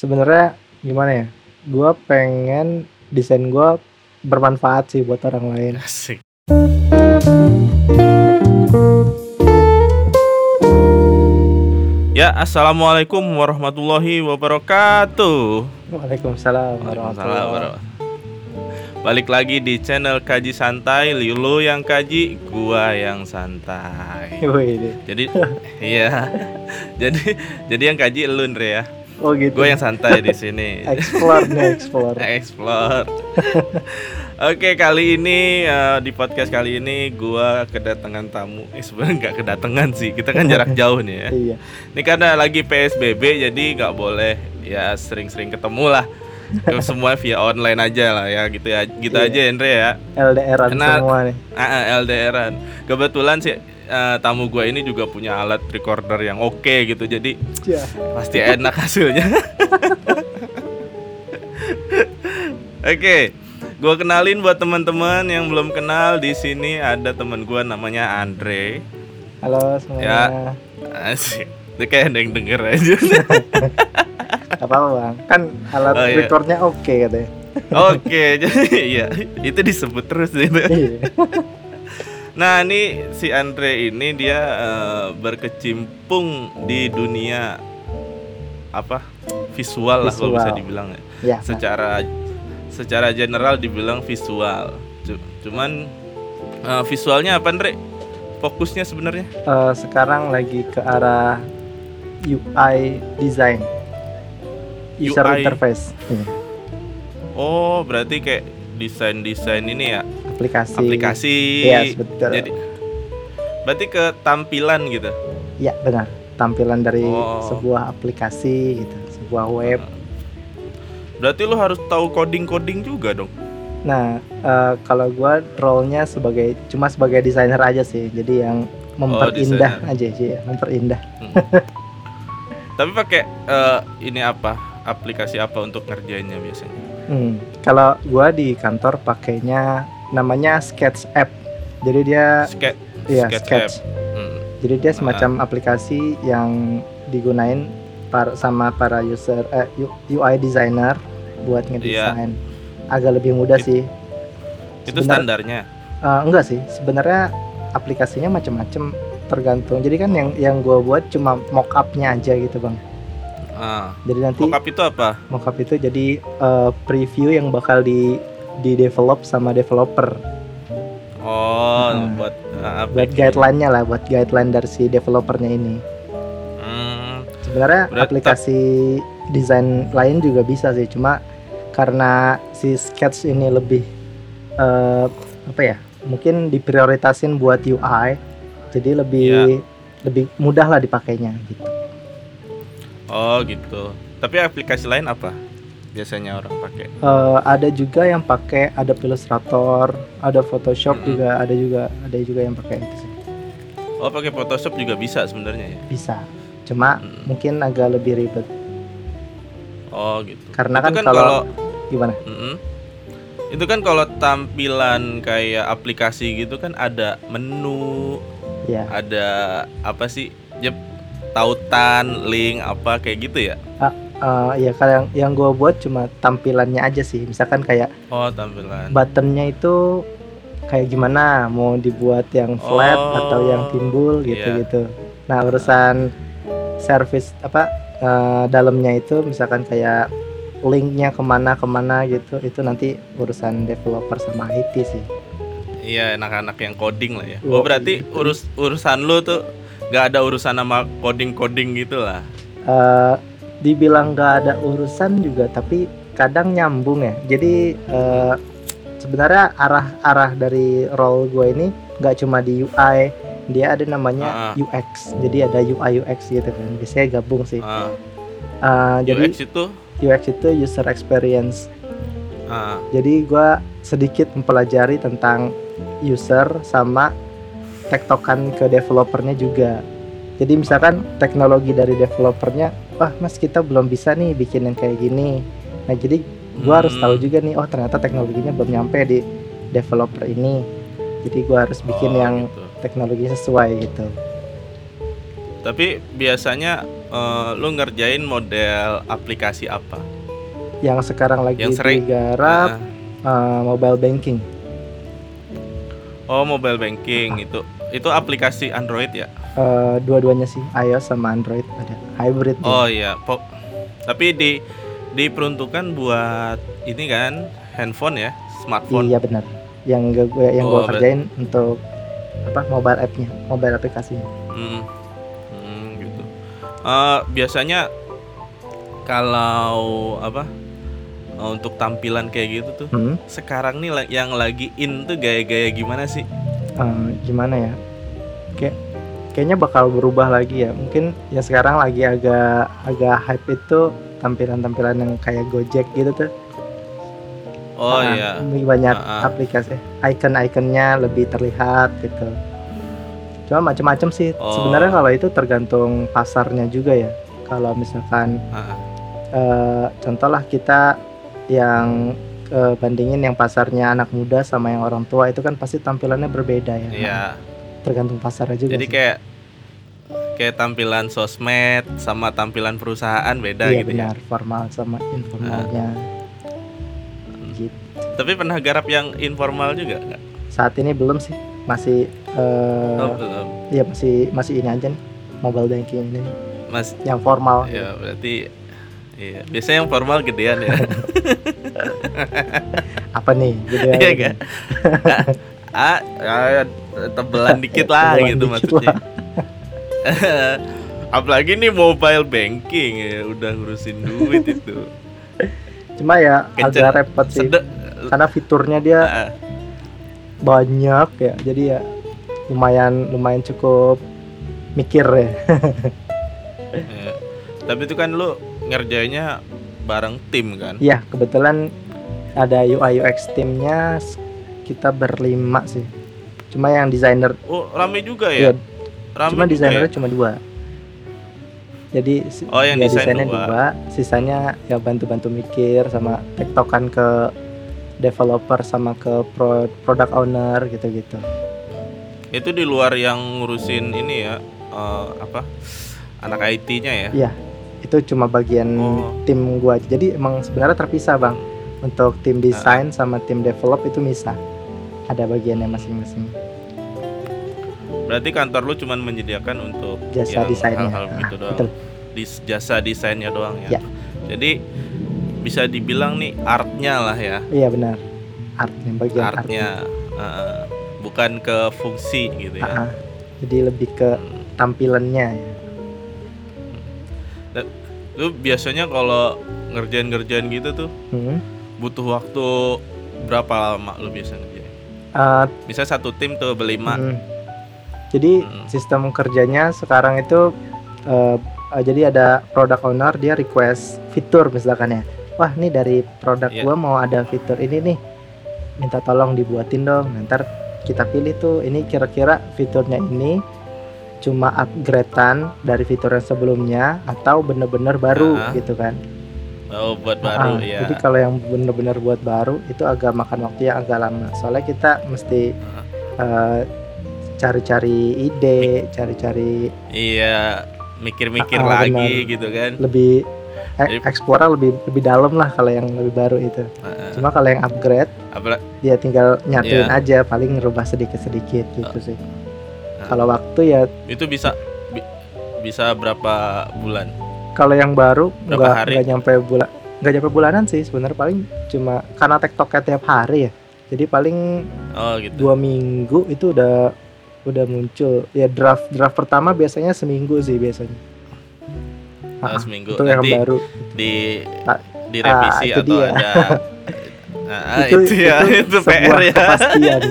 Sebenarnya gimana ya? Gua pengen desain gua bermanfaat sih buat orang lain. Asik. Ya, assalamualaikum warahmatullahi wabarakatuh. Waalaikumsalam Waalaikumsalam warahmatullahi. Balik lagi di channel Kaji Santai. Lu yang kaji, gua yang santai. Wih, Jadi, iya. Jadi yang kaji lu, Andre ya. oh gitu. Gua yang santai di sini. Explore nih, explore. Explore. Oke, kali ini di podcast kali ini gua kedatangan tamu. Sebenarnya nggak kedatangan sih, kita kan jarak jauh nih ya. Iya. Ini karena lagi PSBB jadi nggak boleh ya sering-sering ketemu lah. Semua via online aja lah ya gitu ya. Gitu Iya. aja Andre ya. LDRan Karena- semua nih. LDRan. Kebetulan sih tamu gua ini juga punya alat recorder yang oke gitu. Jadi Ya. pasti enak hasilnya. Oke. Gua kenalin buat teman-teman yang belum kenal, di sini ada teman gua namanya Andre. Halo semuanya. Asik. Itu kayak ada yang denger aja. Gak apa-apa bang. Kan alat Oh, iya. recordnya oke katanya. Oke, jadi iya itu disebut terus gitu. Iya. Nah, ini si Andre ini dia berkecimpung di dunia apa? Visual lah kalau bisa Visual. dibilang ya. Ya. Secara general dibilang visual. Cuman visualnya apa, Andre? Fokusnya sebenarnya? Sekarang lagi ke arah UI design. User UI. interface. Iya. Oh, berarti kayak desain ini ya, aplikasi. Yes, betul. Jadi berarti ke tampilan gitu. Ya benar, tampilan dari Oh. sebuah aplikasi gitu, sebuah web. Berarti lu harus tahu coding juga dong. Nah, kalau gua role-nya cuma sebagai desainer aja sih, jadi yang memperindah desainer. aja sih, ya, memperindah. Tapi pakai ini apa? Aplikasi apa untuk ngerjainnya biasanya? Kalau gua di kantor pakainya namanya Sketch App, jadi dia Sketch. Jadi dia semacam aplikasi yang digunain sama para user UI designer buat ngedesain. Agak lebih mudah sih. Itu standarnya. Enggak sih, sebenarnya aplikasinya macam-macam, tergantung. Jadi kan yang gue buat cuma mock-up-nya aja gitu bang. Jadi nanti Mockup itu apa? mock-up itu jadi preview yang bakal di develop sama developer. Buat Buat guideline-nya lah, buat guideline dari si developernya ini. Sebenarnya Berarti- aplikasi desain lain juga bisa sih, cuma karena si Sketch ini lebih mungkin diprioritasin buat UI, jadi lebih mudah lah dipakainya gitu. Oh gitu. Tapi aplikasi lain apa? Biasanya orang pakai. Ada juga yang pakai Adobe Illustrator, ada Photoshop juga, ada juga yang pakai itu sih. Oh, pakai Photoshop juga bisa sebenarnya ya. Bisa, cuma mungkin agak lebih ribet Oh gitu. karena Itu kan kalau gimana? Itu kan kalau tampilan kayak aplikasi gitu kan ada menu, Ya. ada apa sih? Tautan, link apa kayak gitu ya? Ya kalau yang gue buat cuma tampilannya aja sih. Misalkan kayak Oh, tampilan. buttonnya itu kayak gimana, mau dibuat yang flat Oh, atau yang timbul gitu. Nah urusan service dalamnya itu misalkan kayak linknya kemana gitu, itu nanti urusan developer sama IT sih. Iya, anak-anak yang coding lah ya. Oh, Oh, berarti urusan lu tuh gak ada urusan sama coding gitu lah. Dibilang nggak ada urusan juga, tapi kadang nyambung ya. Jadi sebenarnya arah dari role gue ini nggak cuma di UI, dia ada namanya UX. Jadi ada UI UX gitu kan. Biasanya gabung sih. Jadi UX itu UX itu user experience. Jadi gue sedikit mempelajari tentang user sama tektokan ke developernya juga. Jadi misalkan teknologi dari developernya, wah mas kita belum bisa nih bikin yang kayak gini. Nah jadi gue harus tahu juga nih, oh ternyata teknologinya belum nyampe di developer ini. Jadi gue harus bikin yang gitu. teknologi sesuai gitu. Tapi biasanya lu ngerjain model aplikasi apa? Yang sekarang lagi Yang sering digarap mobile banking. Oh, mobile banking itu aplikasi Android ya? Dua-duanya sih, iOS sama Android ada hybrid. Oh iya, tapi diperuntukkan buat ini kan handphone ya, smartphone. Iya benar. Yang gue kerjain untuk mobile app-nya, mobile aplikasinya. Gitu. Biasanya kalau untuk tampilan kayak gitu tuh, sekarang nih yang lagi in tuh gaya-gaya gimana sih? Gimana ya? Kayaknya bakal berubah lagi ya. Mungkin ya sekarang lagi agak hype itu tampilan-tampilan yang kayak Gojek gitu tuh. Oh iya. Banyak aplikasi, icon-iconnya lebih terlihat gitu. Cuma macam-macam sih. Sebenarnya kalau itu tergantung pasarnya juga ya. Kalau misalkan contoh lah kita yang bandingin yang pasarnya anak muda sama yang orang tua, itu kan pasti tampilannya berbeda ya. Iya. Tergantung pasarnya juga. Jadi sih. kayak tampilan sosmed sama tampilan perusahaan beda iya, gitu benar, ya. Formal sama informalnya. Gitu. Tapi pernah garap yang informal juga nggak? Saat ini belum sih, masih belum. Iya masih ini aja nih, mobile banking ini. Mas yang formal. Ya berarti iya, biasanya yang formal gedean ya. Apa nih gedean? Iya kan? Tebelan dikit lah gitu dikit maksudnya. Apalagi nih mobile banking ya, udah ngurusin duit itu. Cuma ya agak repot sih. Karena fiturnya dia banyak ya. Jadi ya lumayan cukup mikir ya. Ya. Tapi itu kan lu ngerjainnya bareng tim kan? Iya, kebetulan ada UI UX timnya, kita berlima sih. Cuma yang desainer rame juga ya? Rame cuma desainernya cuma 2. Jadi yang desainnya 2, sisanya ya bantu-bantu mikir sama tektokan ke developer sama ke product owner gitu-gitu. Itu di luar yang ngurusin ini ya, anak IT-nya ya? Iya, itu cuma bagian tim gua. Jadi emang sebenarnya terpisah bang. Untuk tim desain sama tim develop itu misah. Ada bagiannya masing-masing. Berarti kantor lu cuma menyediakan untuk jasa desainnya, hal-hal gitu doang. Betul. Jasa desainnya doang ya. Jadi bisa dibilang nih artnya lah ya. Iya benar. Artnya, bagian artnya. Bukan ke fungsi gitu ya. Jadi lebih ke tampilannya ya. Lu biasanya kalau ngerjain gitu tuh butuh waktu berapa lama lu biasa ngerjain? Bisa satu tim tuh berlima. Jadi sistem kerjanya sekarang itu jadi ada product owner, dia request fitur misalkan ya. Wah nih dari produk gua mau ada fitur ini nih, minta tolong dibuatin dong. Ntar kita pilih tuh, ini kira-kira fiturnya ini cuma upgrade-an dari fitur yang sebelumnya atau bener-bener baru gitu kan. Oh buat baru ya. Jadi kalau yang bener-bener buat baru itu agak makan waktu yang agak lama. Soalnya kita mesti cari-cari ide, cari-cari mikir-mikir lagi bener. Gitu kan. Lebih eksplornya lebih dalam lah kalau yang lebih baru itu. Cuma kalau yang upgrade dia tinggal nyatuin aja, paling ngerubah sedikit-sedikit gitu sih. Kalau waktu ya itu bisa berapa bulan? Kalau yang baru nggak nyampe bulanan sih sebenarnya, paling cuma karena tektoknya tiap hari ya. Jadi paling 2 minggu itu udah muncul ya. Draft pertama biasanya seminggu sih biasanya. Seminggu itu yang baru direvisi atau dia. Ada itu PR ya. Kepastian.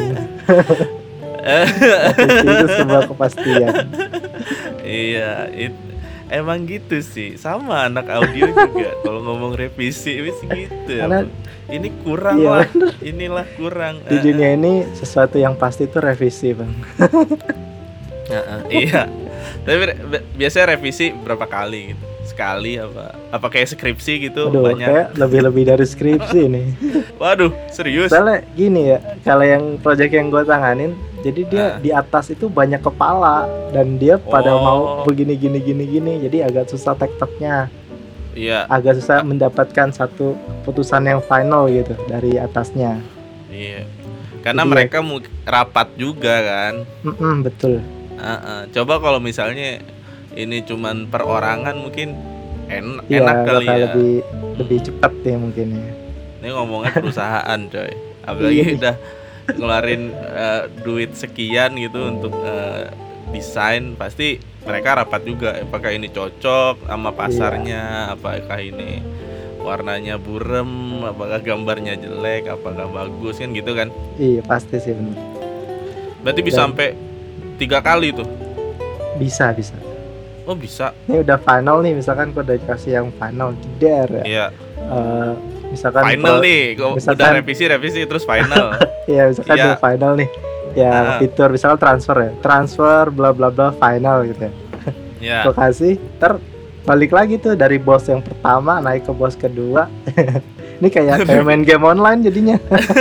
Itu sebuah kepastian. Iya, emang gitu sih. Sama anak audio juga. Kalau ngomong revisi gitu ya. Ini kurang lah. Inilah kurang. Di dunia ini sesuatu yang pasti itu revisi, Bang. Iya. Tapi biasanya revisi berapa kali gitu? Sekali apa kayak skripsi gitu? Aduh, banyak. Kayak lebih dari skripsi nih. Waduh, serius? Soalnya gini ya, kalau yang project yang gue tanganin Jadi dia di atas itu banyak kepala dan dia pada mau begini gini. Jadi agak susah tektoknya. Iya. Agak susah mendapatkan satu putusan yang final gitu dari atasnya. Iya. Karena jadi mereka rapat juga kan. Betul. Coba kalau misalnya ini cuman perorangan mungkin enak kali ya. Lebih cepat ya mungkin ya. Ini ngomongnya perusahaan coy. Apalagi udah ngeluarin duit sekian gitu untuk desain, pasti mereka rapat juga apakah ini cocok sama pasarnya, apakah ini warnanya burem, apakah gambarnya jelek, apakah bagus kan gitu kan. Iya pasti sih benar. Berarti bisa sampai 3 kali tuh. Bisa. Oh bisa. Ini udah final nih, misalkan gue udah kasih yang final jeder ya. Iya. Misalkan final nih, udah revisi terus final. Iya, misalkan udah final nih. Ya, fitur misalkan transfer bla bla bla final gitu ya. Iya. Gue kasih, balik lagi tuh dari bos yang pertama naik ke bos kedua. Ini kayak main game online jadinya.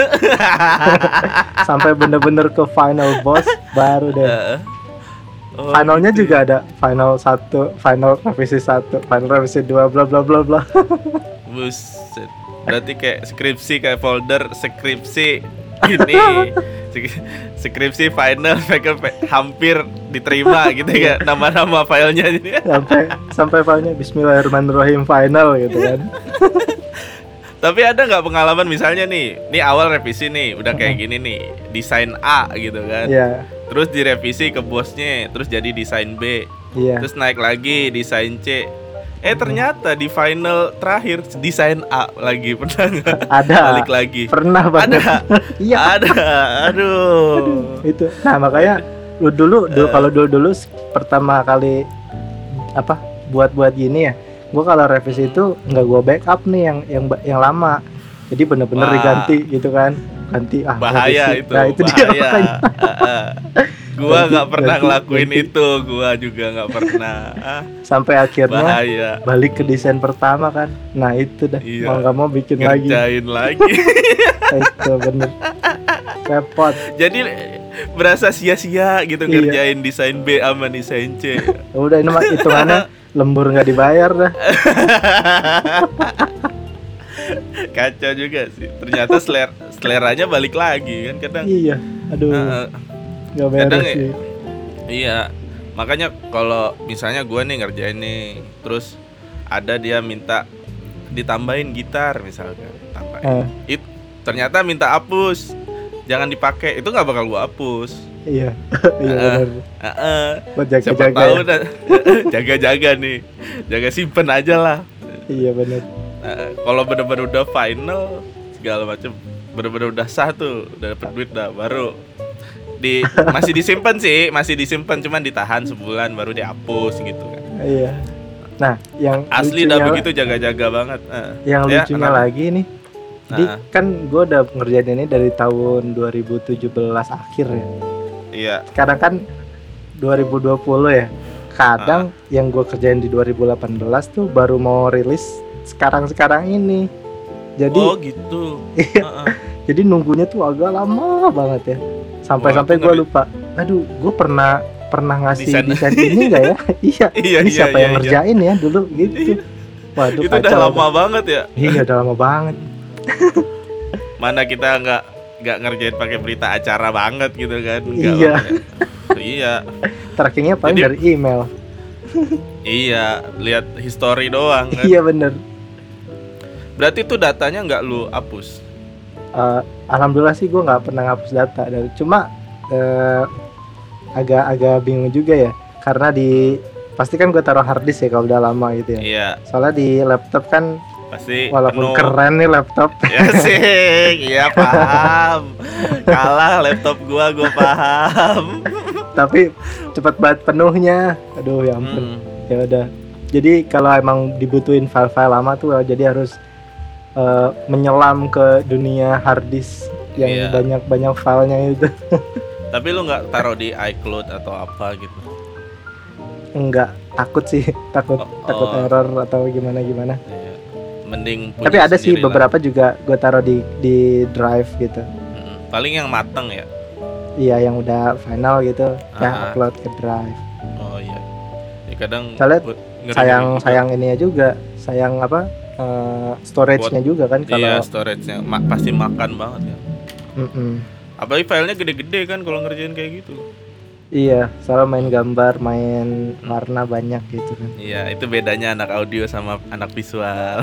Sampai bener-bener ke final boss baru deh. Finalnya gitu juga ada final 1, final revisi 1, final revisi 2 bla bla bla bla. Buset. Berarti kayak skripsi, kayak folder skripsi ini. Skripsi final hampir diterima gitu ya, nama-nama filenya jadi. Sampai filenya Bismillahirrahmanirrahim final gitu kan. Tapi ada nggak pengalaman misalnya nih awal revisi nih udah kayak gini nih, desain A gitu kan. Iya. Terus direvisi ke bosnya, terus jadi desain B. Iya. Terus naik lagi desain C. Ternyata di final terakhir desain A lagi, pernah nggak? Ada. Balik lagi. Pernah banget. Ada. Iya. Ada. Aduh. Itu. Nah makanya dulu kalau dulu pertama kali buat gini ya. Gue kalau revisi itu nggak gue backup nih yang lama. Jadi bener-bener diganti gitu kan. Ganti bahaya revisi. Itu. Nah itu bahaya. Dia makanya. Gua nggak pernah ngelakuin itu, gua juga nggak pernah. Sampai akhirnya bahaya. Balik ke desain pertama kan. Nah itu dah. Iya. Mau nggak mau bikin ngerjain lagi. Itu bener. Repot. Jadi berasa sia-sia gitu ngerjain desain B sama desain C. Udah ini mah hitungannya lembur nggak dibayar dah. Kacau juga sih. Ternyata seleranya balik lagi kan kadang. Iya. Aduh. Gak beres kadang sih. Iya. Makanya kalau misalnya gue nih ngerjain nih, terus ada dia minta ditambahin gitar misalkan, ternyata minta hapus, jangan dipakai, itu nggak bakal gue hapus. Iya. Iya benar. Buat siapa tahu jaga-jaga nih, jaga simpen aja lah. Iya benar. Kalau bener-bener udah final segala macam, bener-bener udah sah tuh, udah dapet duit dah, baru masih disimpan cuman ditahan sebulan baru dihapus gitu kan. Iya. Nah, yang asli udah begitu jaga-jaga banget. Yang lucunya lagi nih. Jadi kan gue udah ngerjain ini dari tahun 2017 akhir ya. Iya. Sekarang kan 2020 ya. Kadang yang gue kerjain di 2018 tuh baru mau rilis sekarang ini. Jadi gitu. Iya. Jadi nunggunya tuh agak lama banget ya. Sampai gue lupa. Aduh, gue pernah ngasih desain ini enggak ya? Iya. Ini siapa yang ngerjain ya dulu gitu. Waduh, itu udah lama banget ya? Iya, udah lama banget. Mana kita nggak ngerjain pakai berita acara banget gitu kan? Iya. Iya. Trackingnya paling dari email. Iya, lihat history doang kan? Iya bener. Berarti tuh datanya nggak lu hapus? Alhamdulillah sih gue nggak pernah ngapus data. Cuma agak bingung juga ya, karena pasti kan gue taruh hard disk ya kalau udah lama gitu ya. Iya. Soalnya di laptop kan pasti walaupun penuh. Keren nih laptop. Ya sih, iya paham. Kalah laptop gue paham. Tapi cepat banget penuhnya. Aduh ya ampun. Ya udah. Jadi kalau emang dibutuhin file-file lama tuh jadi harus menyelam ke dunia hard disk yang banyak filenya itu. Tapi lu nggak taruh di iCloud atau apa gitu? Enggak, takut sih, takut error atau gimana. Iya. Mending. Tapi ada sih beberapa lah. Juga gue taruh di drive gitu. Paling yang mateng ya. Iya, yang udah final gitu, ya upload ke Drive. Oh iya. Ya kadang sayang ininya juga, sayang apa? Storage-nya juga kan kalau. Iya, storage-nya pasti makan banget ya. Apalagi filenya gede-gede kan kalau ngerjain kayak gitu. Iya, soal main gambar, main warna banyak gitu kan. Iya, itu bedanya anak audio sama anak visual.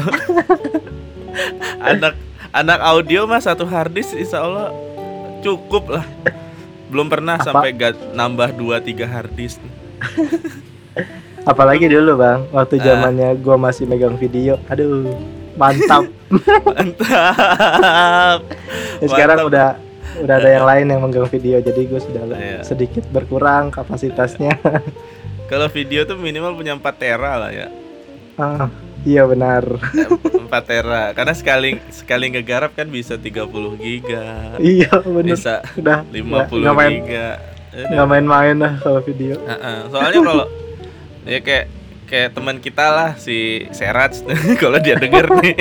anak audio mah satu harddisk insya Allah cukup lah. Belum pernah sampai nambah 2-3 harddisk. Apalagi dulu Bang, waktu zamannya gue masih megang video, aduh mantap. Mantap. Sekarang udah ada yang lain yang megang video, jadi gue sudah sedikit berkurang kapasitasnya. Kalau video tuh minimal punya 4 tera lah ya. Iya benar. 4 tera, karena sekali ngegarap kan bisa 30 giga. Iya benar. Bisa udah 50 giga. Nggak main-main lah kalau video. Soalnya kalau ya kayak teman kita lah si Serats kalau dia denger nih.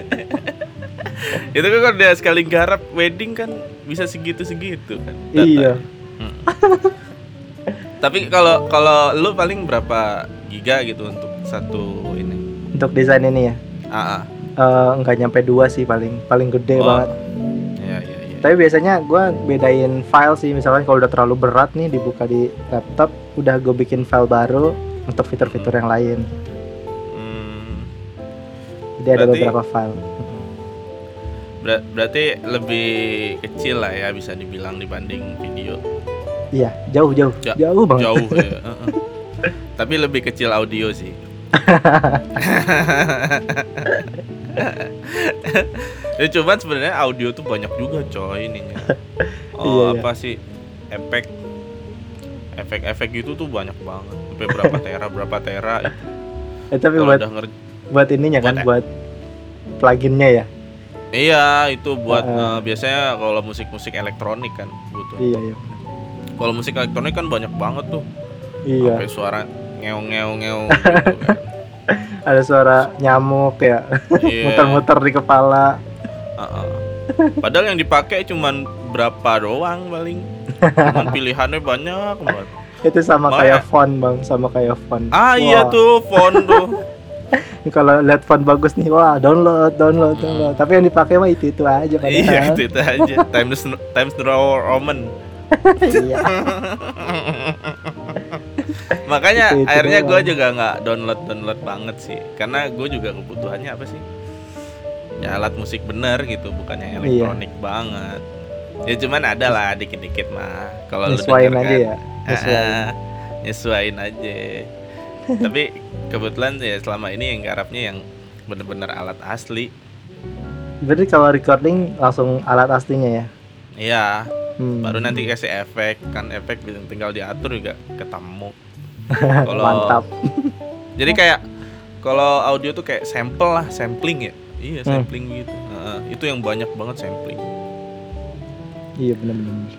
Itu kan kalau dia sekali garap wedding kan bisa segitu kan data. Iya. Tapi kalau lu paling berapa giga gitu untuk satu ini? Untuk desain ini ya? Nggak nyampe 2 sih, paling gede banget. Iya. Tapi biasanya gue bedain file sih, misalkan kalau udah terlalu berat nih dibuka di laptop, udah gue bikin file baru untuk fitur-fitur yang lain. Jadi ada beberapa file. Berarti lebih kecil lah ya bisa dibilang dibanding video. Iya, jauh banget. Jauh ya. Tapi lebih kecil audio sih. Ya cuman sebenarnya audio tuh banyak juga coy ininya. Apa sih efek gitu tuh banyak banget. Sampai berapa tera itu. Tapi buat ininya kan buat pluginnya ya. Iya, itu buat biasanya kalau musik elektronik kan butuh. Iya. Kalau musik elektronik kan banyak banget tuh. Iya. Sampai suara ngeong gitu kan. Ada suara nyamuk ya. Muter-muter di kepala. Padahal yang dipakai cuman berapa doang paling. Cuman pilihannya banyak banget. Itu sama kayak font Bang, font. Iya tuh font tuh. Kalau lihat font bagus nih, wah download. Tapi yang dipakai mah itu aja padahal. Iya, itu aja. Times New Roman. Iya. Makanya itu akhirnya gue juga nggak download banget sih, karena gue juga kebutuhannya apa sih? Ya alat musik bener gitu, bukannya elektronik banget. Ya cuman ada lah dikit-dikit mah. Kalau lu nyesuain aja ya. Nyesuain aja. Tapi kebetulan ya selama ini yang garapnya yang bener-bener alat asli. Berarti kalau recording langsung alat aslinya ya? Iya. Baru nanti kasih efek, kan efek tinggal diatur juga ketemu. Mantap. Jadi kayak kalau audio tuh kayak sampling ya. Iya, sampling gitu. Itu yang banyak banget sampling. Iya benar.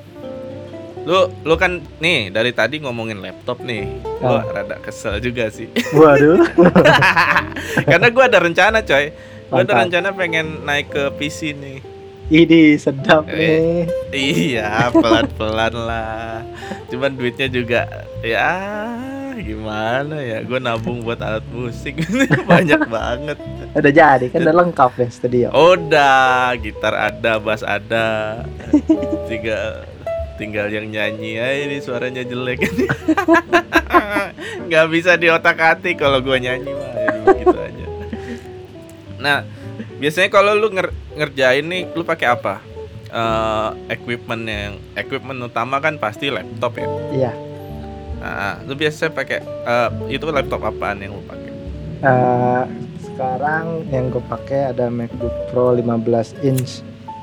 Lu kan nih dari tadi ngomongin laptop nih. Gua rada kesel juga sih. Waduh. Karena gua ada rencana coy. Gua ada rencana pengen naik ke PC nih. Ini sedap nih. Iya, pelan-pelan lah. Cuman duitnya juga ya gimana ya. Gua nabung buat alat musik banyak banget. Udah jadi kan, udah lengkap ya studio. Udah, gitar ada, bass ada. Tinggal yang nyanyi aja ini suaranya jelek. Nggak bisa diotak-atik kalau gue nyanyi mah gitu aja. Nah, biasanya kalau lu ngerjain nih, lu pakai apa? Equipment utama kan pasti laptop ya. Iya. Nah, lu biasanya pakai itu laptop apaan yang lu pakai? Sekarang yang gue pakai ada MacBook Pro 15 inch.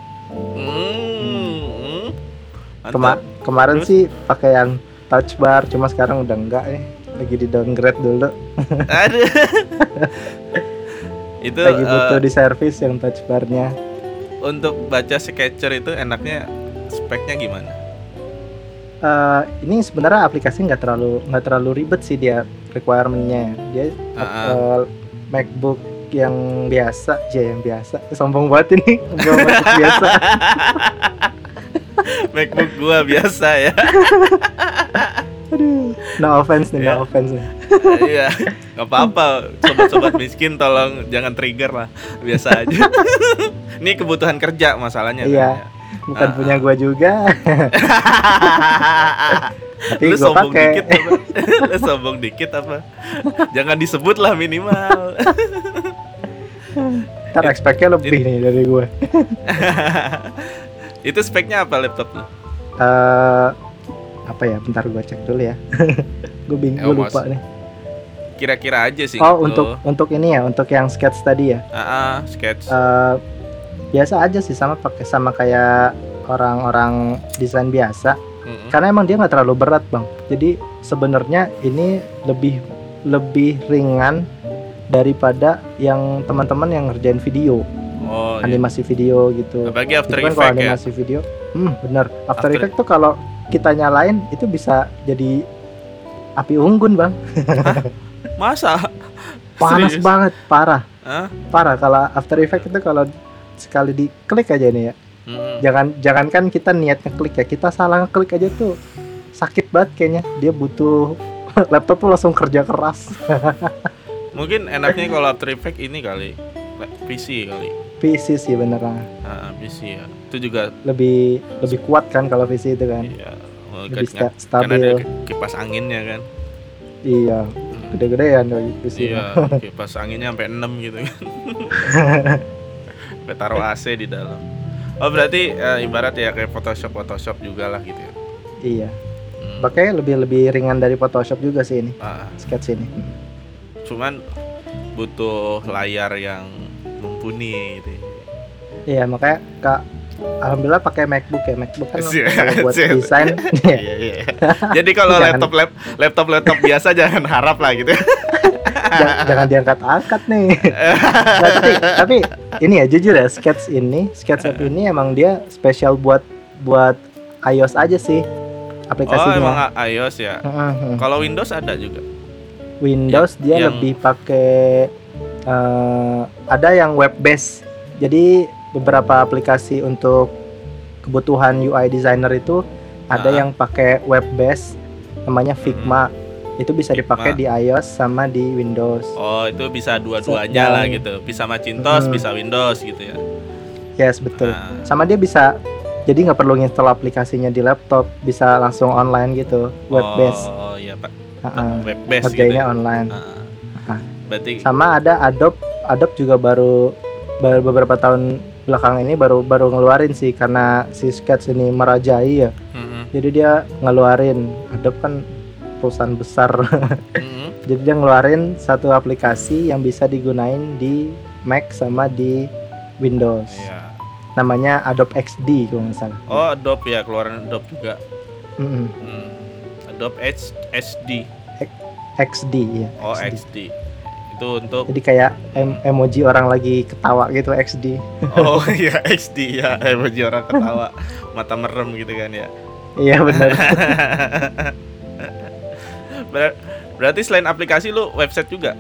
Kemarin terus? Sih pakai yang touch bar, cuma sekarang udah enggak lagi di downgrade dulu. Aduh. Itu lagi butuh di servis yang touch barnya. Untuk baca Sketcher itu enaknya speknya gimana? Ini sebenarnya aplikasi nggak terlalu ribet sih dia requirement-nya. Dia MacBook yang biasa, sombong banget ini, biasa. MacBook gua biasa ya. Aduh, no offense nih. Iya, nggak apa-apa. Sobat-sobat miskin tolong jangan trigger lah, biasa aja. Ini kebutuhan kerja masalahnya. Iya, kan? Bukan punya gua juga. Tapi lu gua sombong pakai. dikit apa? Lu sombong dikit apa? Jangan disebut lah minimal. Ntar expect-nya lebih nih dari gua. Itu speknya apa laptop lu? Apa ya? Bentar gua cek dulu ya. Gue bingung, lupa nih. Kira-kira aja sih. Oh, untuk ini ya, untuk yang sketch tadi ya. Sketch. Biasa aja sih, sama kayak orang-orang desain biasa. Karena emang dia nggak terlalu berat, Bang. Jadi sebenarnya ini lebih ringan daripada yang teman-teman yang ngerjain video. Animasi video gitu. Apalagi After Effects Effects ya. Animasi video. Bener. After Effects tuh kalau kita nyalain itu bisa jadi api unggun, Bang. Masa? Panas Serius? banget, parah. Parah Kalau After Effects itu kalau sekali diklik aja nih ya. Jangankan kita niat ngeklik ya, kita salah ngeklik aja tuh sakit banget kayaknya. Dia butuh laptop tuh langsung kerja keras. Mungkin enaknya kalau After Effects ini kali PC kali. PC sih beneran. PC ya. Itu juga lebih kuat kan kalau PC itu kan. Iya. Lebih stabil. Kan ada kipas anginnya kan. Iya. Gede-gedean kalau PC. Iya, kipas anginnya sampai 6 gitu kan. Sampai taruh AC di dalam. Oh, berarti ibarat ya kayak Photoshop juga lah gitu ya. Iya. Makanya lebih ringan dari Photoshop juga sih ini. Sketch ini. Cuman butuh layar yang mumpuni gitu. Iya, makanya alhamdulillah pakai MacBook ya. MacBook kan buat desain. Iya. Jadi kalau laptop biasa jangan harap lah gitu. Jangan diangkat-angkat nih. Tapi ini ya jujur ya, SketchUp ini emang dia spesial buat iOS aja sih aplikasinya. Oh, emang iOS ya. Kalau Windows ada juga. Windows dia lebih pakai ada yang web base. Jadi beberapa aplikasi untuk kebutuhan UI designer itu ada yang pakai web base namanya Figma. Itu bisa dipakai di iOS sama di Windows. Oh, itu bisa dua-duanya lah gitu. Bisa Macintosh, bisa Windows gitu ya. Yes, betul. Sama dia bisa, jadi nggak perlu install aplikasinya di laptop, bisa langsung online gitu, web base. Oh iya Pak. Web base kerjanya gitu ya? Online. Berarti sama ada Adobe juga baru beberapa tahun belakang ini baru ngeluarin sih, karena si Sketch ini merajai ya. Jadi dia ngeluarin, Adobe kan perusahaan besar. Jadi dia ngeluarin satu aplikasi yang bisa digunain di Mac sama di Windows. Namanya Adobe XD kalau nggak salah. Oh, Adobe ya, keluaran Adobe juga. Adobe HD. XD ya. Oh, XD. Itu untuk jadi kayak emoji orang lagi ketawa gitu, XD. Oh iya, XD ya, emoji orang ketawa, mata merem gitu kan ya. Iya benar. Berarti selain aplikasi lu website juga?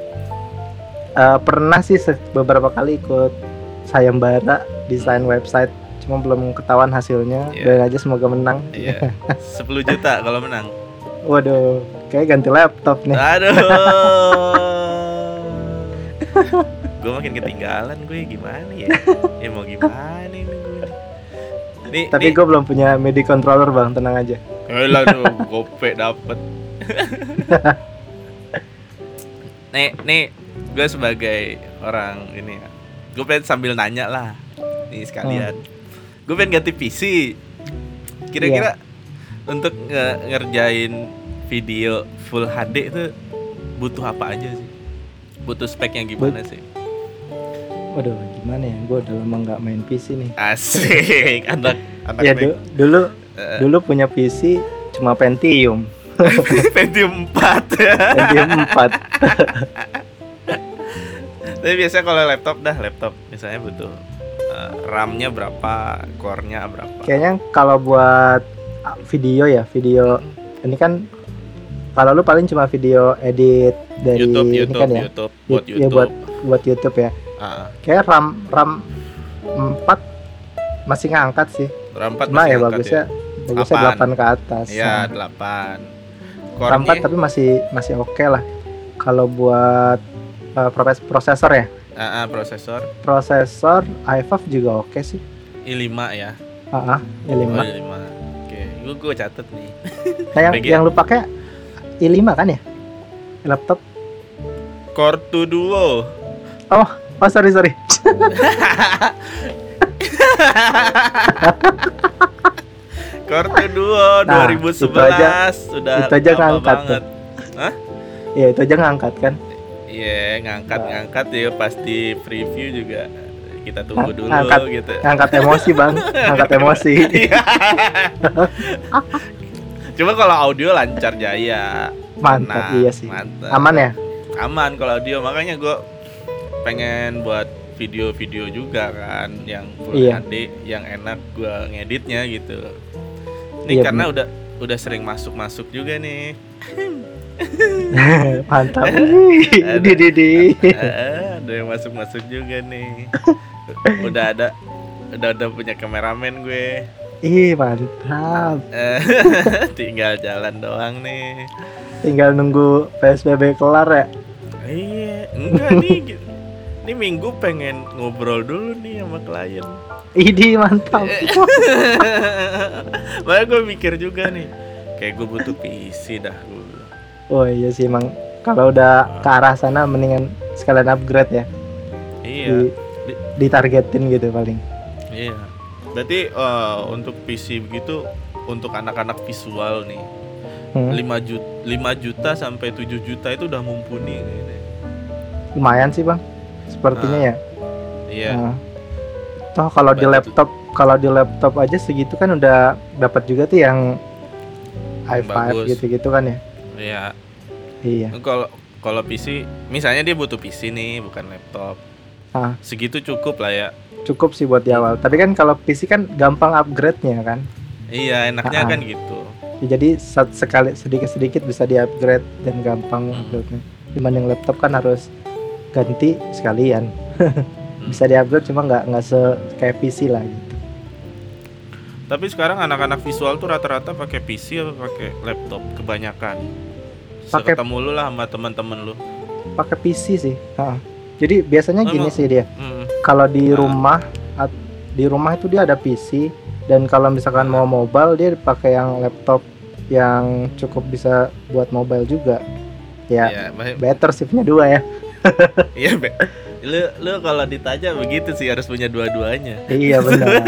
Pernah sih beberapa kali ikut sayembara desain website, cuma belum ketahuan hasilnya. Doain aja semoga menang. 10 juta kalau menang. Waduh, kayak ganti laptop nih. Aduh. Gue makin ketinggalan gue, gimana ya? Ya mau gimana ini gue nih. Tapi gue belum punya MIDI controller, Bang, tenang aja. Lah tuh, gope dapet. Nih, gue sebagai orang ini ya, gue pengen sambil nanya lah nih sekalian. Gue pengen ganti PC. Kira-kira untuk ngerjain video full HD itu butuh apa aja sih? Butuh spek yang gimana sih? Waduh, gimana ya? Gue udah lama nggak main PC nih. Asik, anak ya dulu punya PC cuma Pentium. Pentium 4. Pentium 4. Tapi biasanya kalau laptop misalnya butuh RAM-nya berapa, core-nya berapa? Kayaknya kalau buat video ini kan kalau lu paling cuma video edit dari YouTube kan ya. Buat YouTube. Ya buat YouTube ya. Kayak RAM 4 masih ngangkat sih. RAM 4 Nah masih ya ngangkat bagusnya ya. 8 ke atas. Iya, Nah, 8. RAM 4 Core-nya tapi masih oke lah. Kalau buat prosesor ya. prosesor Prosesor i5 juga oke sih. i5 ya. i5. Oh, i5. Oke, gue catet nih. Nah, yang lu pakai i5 kan ya? Laptop Core 2 Duo. Oh sorry. Core 2 Duo 2011 sudah itu aja ngangkat banget. Hah? Iya, itu aja ngangkat kan? Iya, ngangkat ya pas di preview juga kita tunggu dulu gitu. Ngangkat emosi, Bang. Ngangkat emosi. Cuma kalau audio lancar jaya. Mantap, iya sih. Mantap. Aman ya? Aman kalau audio, makanya gue pengen buat video-video juga kan yang Full HD yang enak gue ngeditnya gitu. Ini karena udah sering masuk juga nih. Mantap. Ada yang masuk juga nih. Udah ada punya kameramen gue. Ih, mantap. Tinggal jalan doang nih. Tinggal nunggu PSBB kelar ya. Iya, enggak nih. Ini minggu pengen ngobrol dulu nih sama klien. Idi, mantap. Makanya gue mikir juga nih, kayak gue butuh PC dah gue. Oh iya sih, emang kalau udah ke arah sana mendingan sekalian upgrade ya. Iya. Ditargetin gitu paling. Iya. Berarti untuk PC begitu untuk anak-anak visual nih 5 juta sampai 7 juta itu udah mumpuni nih. Lumayan sih, Bang. Sepertinya ya. Iya. Toh kalau di laptop aja segitu kan udah dapat juga tuh yang i5 gitu-gitu kan ya. Iya. Kalau PC, misalnya dia butuh PC nih, bukan laptop. Segitu cukup lah ya. Cukup sih buat di awal. Tapi kan kalau PC kan gampang upgrade-nya kan. Iya, enaknya kan gitu. Ya, jadi sekali sedikit bisa di-upgrade dan gampang upgrade-nya. Dibanding laptop kan harus ganti sekalian. Bisa di-upgrade cuma nggak kayak PC lah gitu. Tapi sekarang anak-anak visual tuh rata-rata pakai PC atau pakai laptop kebanyakan. Ketemu lu lah sama teman-teman lu. Pakai PC sih. Jadi biasanya gini sih dia. Kalau di rumah itu dia ada PC, dan kalau misalkan mau mobile dia pakai yang laptop yang cukup bisa buat mobile juga. Ya, better sih punya dua ya. Iya, lu kalau ditanya begitu sih, harus punya dua-duanya. Iya benar.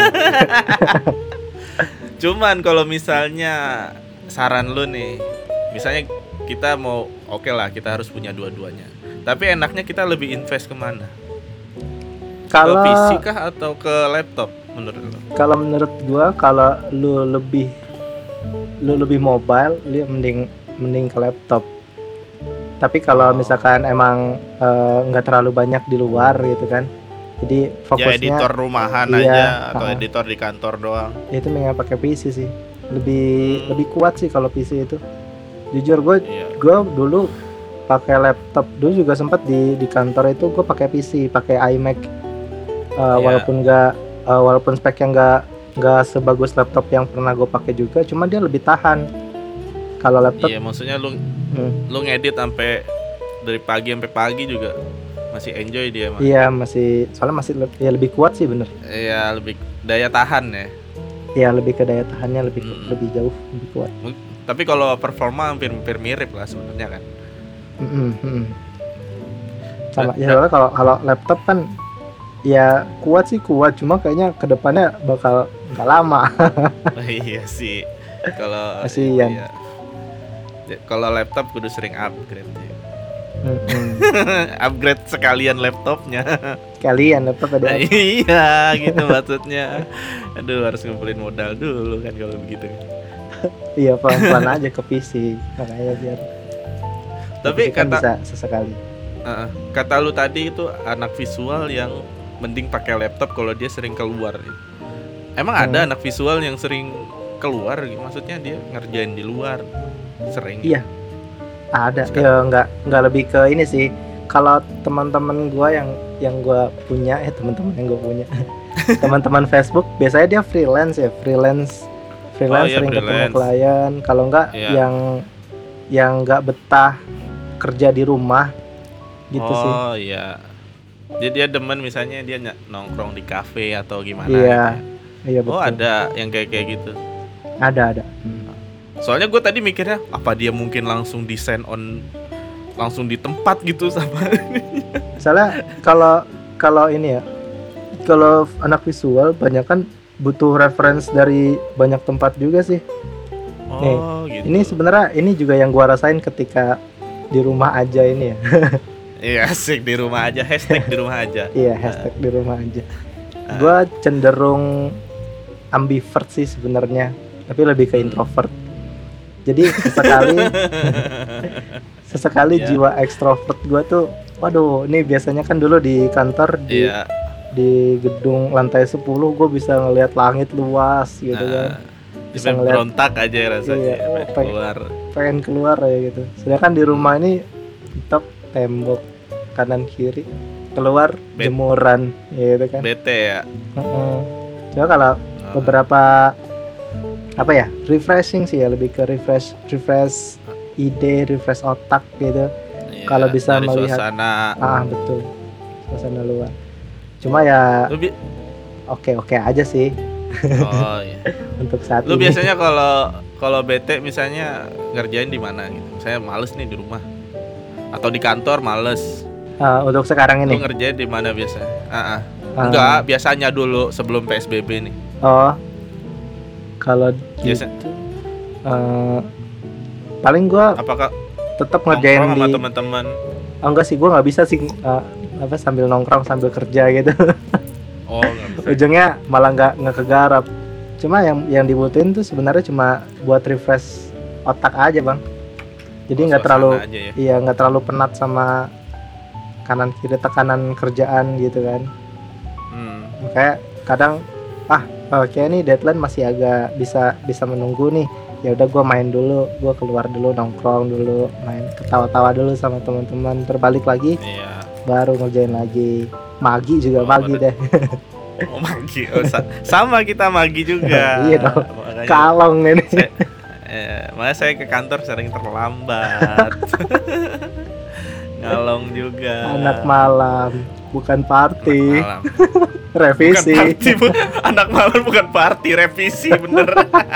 Cuman kalau misalnya saran lu nih, misalnya kita mau lah kita harus punya dua-duanya. Tapi enaknya kita lebih invest kemana? Ke PC kah atau ke laptop menurut lu? Kalau menurut gua, kalau lu lebih mobile, lu mending ke laptop. Tapi kalau misalkan emang nggak terlalu banyak di luar gitu kan, jadi fokusnya ya editor rumahan aja atau editor di kantor doang, itu mending pakai PC sih. Lebih kuat sih kalau PC itu. Jujur gue dulu pakai laptop, dulu juga sempat di kantor itu gue pakai PC, pakai iMac. Walaupun speknya nggak sebagus laptop yang pernah gue pakai juga, cuma dia lebih tahan. Kalau laptop, iya, maksudnya lu ngedit sampai dari pagi sampai pagi juga masih enjoy dia mah. Iya, soalnya masih lebih kuat sih, bener. Iya, lebih daya tahan ya. Iya, lebih ke daya tahannya lebih jauh lebih kuat. Tapi kalau performa hampir mirip lah sebenarnya kan. Sama ya, soalnya kalau laptop kan ya kuat, cuma kayaknya kedepannya bakal nggak lama. Iya sih. Kalau kasihan. Kalau laptop kudu sering upgrade ya. Upgrade sekalian laptopnya. Sekalian laptop ada. Iya, gitu maksudnya. Aduh, harus ngumpulin modal dulu kan kalau begitu. Iya, pelan-pelan aja ke PC, makanya biar. Tapi kan bisa sesekali. Kata lu tadi itu anak visual yang mending pakai laptop kalau dia sering keluar. Emang ada anak visual yang sering keluar, maksudnya dia ngerjain di luar sering? Iya, ada. Ya nggak lebih ke ini sih. Kalau teman-teman gue yang gue punya, teman-teman yang gue punya teman-teman Facebook biasanya dia freelance sering ketemu klien. Kalau enggak yang nggak betah kerja di rumah gitu sih. Oh iya. Jadi dia demen misalnya dia nongkrong di kafe atau gimana Iya. gitu. Iya betul. Oh ada yang kayak gitu. Ada. Soalnya gue tadi mikirnya apa dia mungkin langsung desain langsung di tempat gitu sama. Soalnya kalau ini ya, kalau anak visual banyak kan butuh reference dari banyak tempat juga sih. Oh gitu. Ini sebenarnya ini juga yang gua rasain ketika di rumah aja ini ya. Iya asik di rumah aja, hashtag di rumah aja. Iya hashtag di rumah aja. Gua cenderung ambivert sih sebenarnya, tapi lebih ke introvert. Jadi sesekali jiwa ekstrovert gua tuh, waduh, ini biasanya kan dulu di kantor di gedung lantai 10 gue bisa ngelihat langit luas gitu kan. Bisa ngelihat berontak aja rasanya. Iya, pengen keluar ya gitu. Sedangkan di rumah ini tetap tembok kanan kiri, keluar jemuran gitu kan. Bete ya. Coba kalau beberapa apa ya, refreshing sih ya, lebih ke refresh ide, refresh otak gitu. Iya, kalau bisa melihat suasana. Betul, suasana luar. Cuma ya oke aja sih. Oh iya. Untuk saat lu ini. Biasanya kalau bete misalnya ngerjain di mana gitu. Saya males nih di rumah. Atau di kantor males. Untuk sekarang ini. Lu ngerjain di mana biasa? Enggak, biasanya dulu sebelum PSBB nih. Oh. Kalau gitu, paling gua apakah tetap ngerjain sama teman-teman? Enggak sih, gua nggak bisa sih sambil nongkrong sambil kerja gitu. Oh, ujungnya malah nggak kegarap. Cuma yang dibutuhin tuh sebenarnya cuma buat refresh otak aja bang. Jadi nggak terlalu nggak terlalu penat sama kanan kiri tekanan kerjaan gitu kan. Kayak kadang kayak nih deadline masih agak bisa menunggu nih. Ya udah gue main dulu, gue keluar dulu, nongkrong dulu, main ketawa-tawa dulu sama teman-teman, terbalik lagi. Iya. Baru ngerjain lagi. Magi juga magi deh. Oh magi, sama kita magi juga. Iya dong. Kalong ini. Makanya saya ke kantor sering terlambat. Ngalong juga. Anak malam, bukan party. Revisi. Bukan party, anak malam bukan party, revisi bener.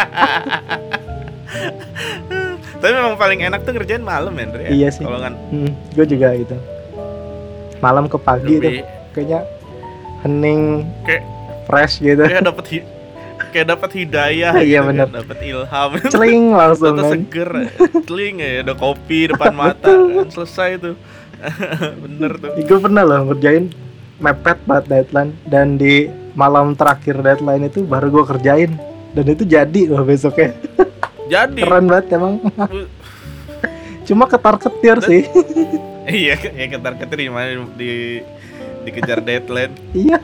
Tapi memang paling enak tuh ngerjain malam ya, Andre. Iya sih. Kalau kan. Gue juga gitu. Malam ke pagi tuh kayaknya hening, kayak fresh gitu. Kayak dapat hidayah. Iya gitu, benar. Dapat ilham. Celing langsung. Kan. Seger, celing ya, ada kopi depan mata, kan selesai tuh. Bener tuh. Gue pernah loh ngerjain mepet banget deadline, dan di malam terakhir deadline itu baru gue kerjain, dan itu jadi loh besoknya. Jadi. Keren banget emang. Cuma ketar-ketir sih. Iya, ya ketar-ketir gimana dikejar deadline. Iya.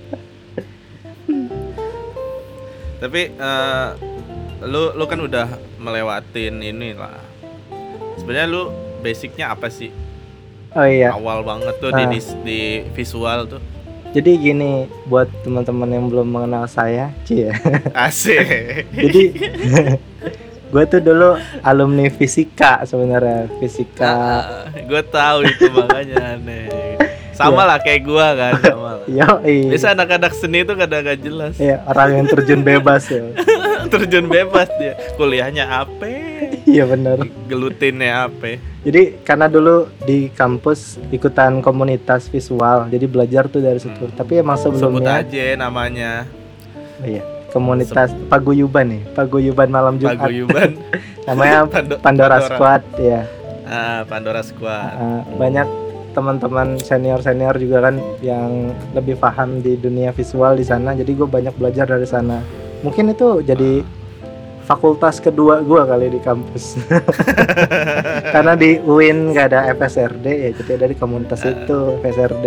Tapi lu kan udah melewatin ini lah. Sebenarnya lu basicnya apa sih? Oh iya. Awal banget tuh di visual tuh. Jadi gini, buat teman-teman yang belum mengenal saya, Asik. Jadi gue tuh dulu alumni fisika sebenarnya, fisika. Gue tahu itu makanya aneh. Sama lah kayak gue kan, sama lah. Biasa anak-anak seni itu kadang gak jelas. Iya, orang yang terjun bebas ya. Terjun bebas dia. Kuliahnya apa? Iya benar. Gelutinnya apa? Jadi karena dulu di kampus ikutan komunitas visual, jadi belajar tuh dari situ. Tapi emang sebelumnya. Sebut aja namanya. Iya. Komunitas paguyuban nih, paguyuban malam Jumat. Paguyuban. Namanya Pandora Squad ya. Pandora Squad. Banyak teman-teman senior juga kan yang lebih paham di dunia visual di sana. Jadi gue banyak belajar dari sana. Mungkin itu jadi fakultas kedua gue kali di kampus. Karena di UIN nggak ada FSRD ya, jadi dari komunitas itu FSRD.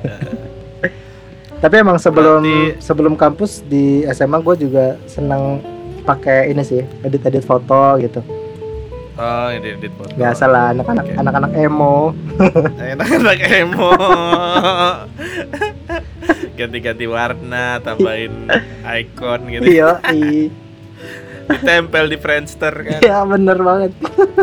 Tapi emang sebelum kampus di SMA gue juga senang pakai ini sih, edit foto gitu. Oh, edit foto. Biasalah anak-anak emo. Anak-anak emo. ganti-ganti warna, tambahin icon gitu. Iya, ditempel di Friendster kan. Iya, bener banget.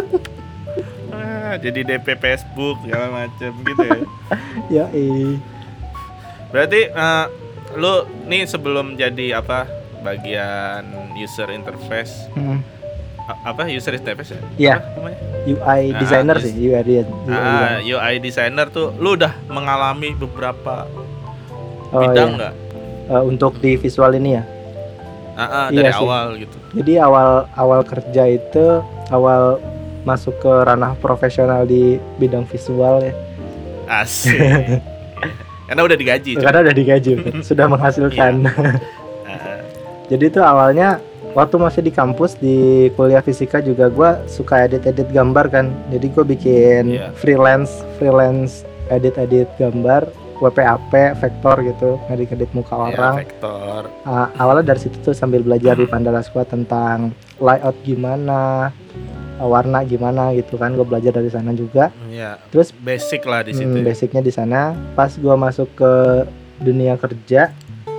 Jadi DP Facebook segala macem gitu ya. Ya, Berarti lu nih sebelum jadi apa bagian user interface, user interface ya? Iya. UI designer sih, UI designer tuh lu udah mengalami beberapa bidang nggak? Untuk di visual ini ya? Dari awal gitu. Jadi awal kerja itu awal masuk ke ranah profesional di bidang visual ya. Asik. Karena udah digaji. Karena udah digaji, sudah menghasilkan. Jadi itu awalnya waktu masih di kampus di kuliah fisika juga gue suka edit gambar kan. Jadi gue bikin freelance edit gambar, WPAP, vektor gitu, ngedit muka orang. Vektor. Awalnya dari situ tuh sambil belajar di Pandala Squad tentang layout gimana, warna gimana gitu kan, gue belajar dari sana juga. Terus basic lah di situ. Basicnya di sana. Pas gue masuk ke dunia kerja,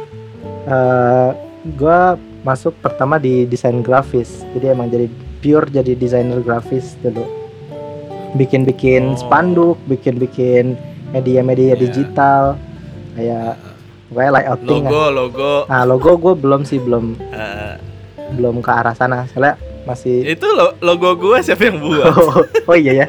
gue masuk pertama di desain grafis. Jadi emang jadi pure jadi desainer grafis dulu. Bikin spanduk, bikin media digital, kayak layouting. Logo. Nah, logo gue belum ke arah sana. Soalnya masih. Itu logo gue siapa yang buat? Oh iya ya.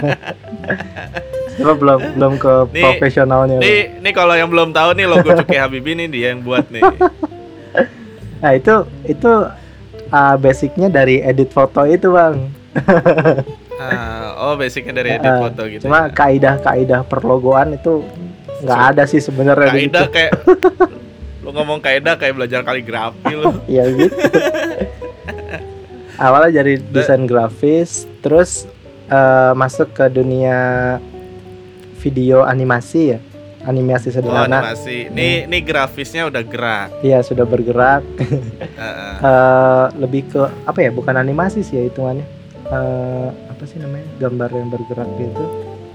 belum ke profesionalnya. Nih kalau yang belum tahu nih logo Cukai Habibie nih dia yang buat nih. Nah itu basicnya dari edit foto itu bang. Basicnya dari edit foto gitu. Cuma kaidah perlogoan itu nggak ada sih sebenarnya. Kaidah kayak lu ngomong kaidah kayak belajar kaligrafi lu. Iya gitu. Awalnya dari desain grafis, terus masuk ke dunia video animasi ya. Animasi sederhana. Animasi. Ini grafisnya udah gerak. Iya, sudah bergerak. Lebih ke apa ya? Bukan animasi sih ya hitungannya. Apa sih namanya? Gambar yang bergerak gitu.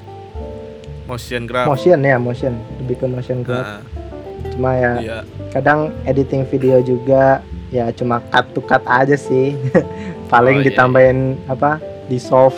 Motion graph. Motion. Lebih ke motion graph. Cuma ya kadang editing video juga ya cuma cut to cut aja sih. Paling ditambahin di solve.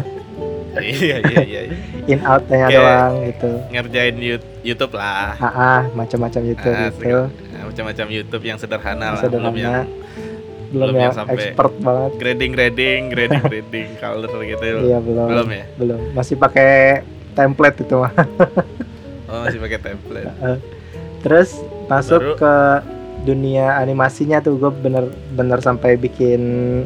Iya. In out-nya doang gitu. Ngerjain YouTube lah. Macam-macam YouTube gitu. Macam-macam YouTube yang sederhana lah. Belum yang expert banget. Grading color gitu. Iya, belum ya? Belum. Masih pakai template itu mah. Masih pakai template. Terus masuk ke dunia animasinya tuh gue bener sampai bikin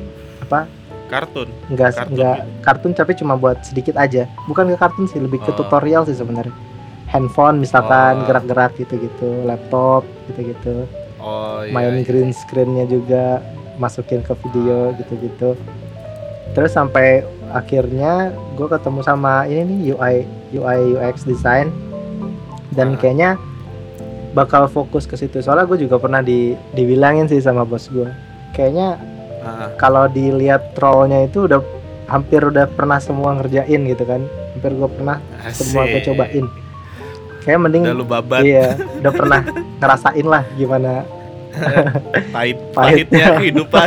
kartun. Enggak kartun tapi cuma buat sedikit aja. Bukan ke kartun sih, lebih ke tutorial sih sebenarnya. Handphone misalkan gerak-gerak gitu-gitu, laptop gitu-gitu. Main green screen-nya juga masukin ke video gitu-gitu. Terus sampai akhirnya gue ketemu sama ini nih UI UX design dan kayaknya bakal fokus ke situ. Soalnya gue juga pernah dibilangin sih sama bos gue. Kayaknya kalau dilihat role-nya itu hampir udah pernah semua ngerjain gitu kan. Hampir gue pernah semua gue cobain. Kayak mending udah lu babat. Iya, udah pernah ngerasain lah gimana pahitnya kehidupan.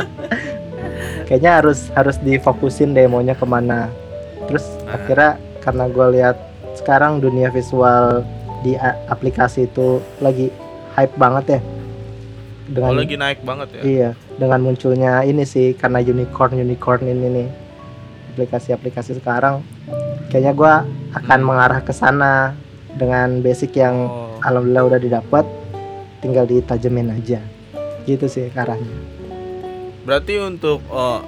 Kayaknya harus difokusin deh maunya kemana. Terus akhirnya karena gue lihat sekarang dunia visual di aplikasi itu lagi hype banget ya. Lagi naik banget ya. Iya, dengan munculnya ini sih karena unicorn ini nih. Aplikasi sekarang kayaknya gue akan mengarah ke sana dengan basic yang alhamdulillah udah didapat, tinggal ditajemin aja. Gitu sih arahnya. Berarti untuk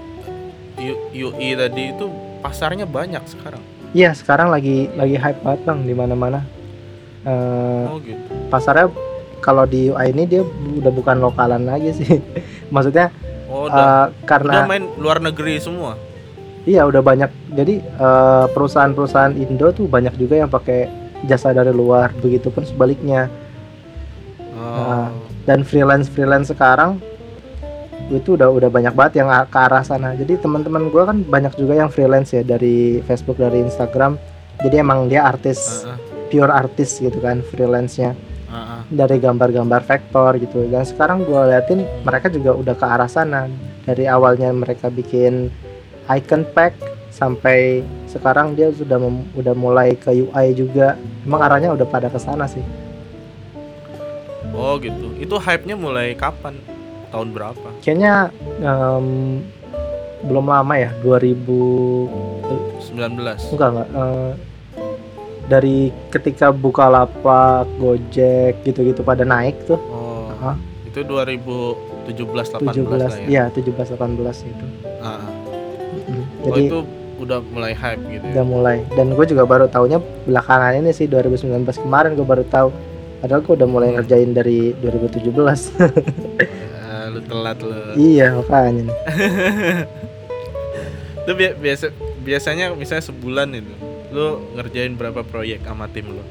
UI tadi itu pasarnya banyak sekarang. Iya, sekarang lagi hype banget bang di mana-mana. Gitu. Pasarnya kalau di UI ini dia udah bukan lokalan lagi sih. Maksudnya karena udah main luar negeri semua. Iya, udah banyak. Jadi perusahaan-perusahaan Indo tuh banyak juga yang pakai jasa dari luar. Begitupun sebaliknya. Dan freelance sekarang itu udah banyak banget yang ke arah sana. Jadi teman-teman gue kan banyak juga yang freelance ya dari Facebook, dari Instagram. Jadi emang dia artis, pure artis gitu kan freelance-nya. dari gambar-gambar vektor gitu. Dan sekarang gue liatin mereka juga udah ke arah sana. Dari awalnya mereka bikin icon pack sampai sekarang dia udah mulai ke UI juga. Emang arahnya udah pada ke sana sih. Oh gitu. Itu hype-nya mulai kapan? Tahun berapa? Kayaknya belum lama ya, 2019. Enggak. Dari ketika Bukalapak, Gojek gitu-gitu pada naik tuh. Oh. Itu 2017-18 lah ya. Iya, 17-18 itu. Jadi itu udah mulai hype gitu ya. Udah mulai. Dan gue juga baru taunya belakangan ini sih, 2019 kemarin gue baru tahu. Padahal gue udah mulai ngerjain dari 2017. Lu telat lu. Iya, makanya nih. Lu biasanya misalnya sebulan itu lu ngerjain berapa proyek sama tim lu?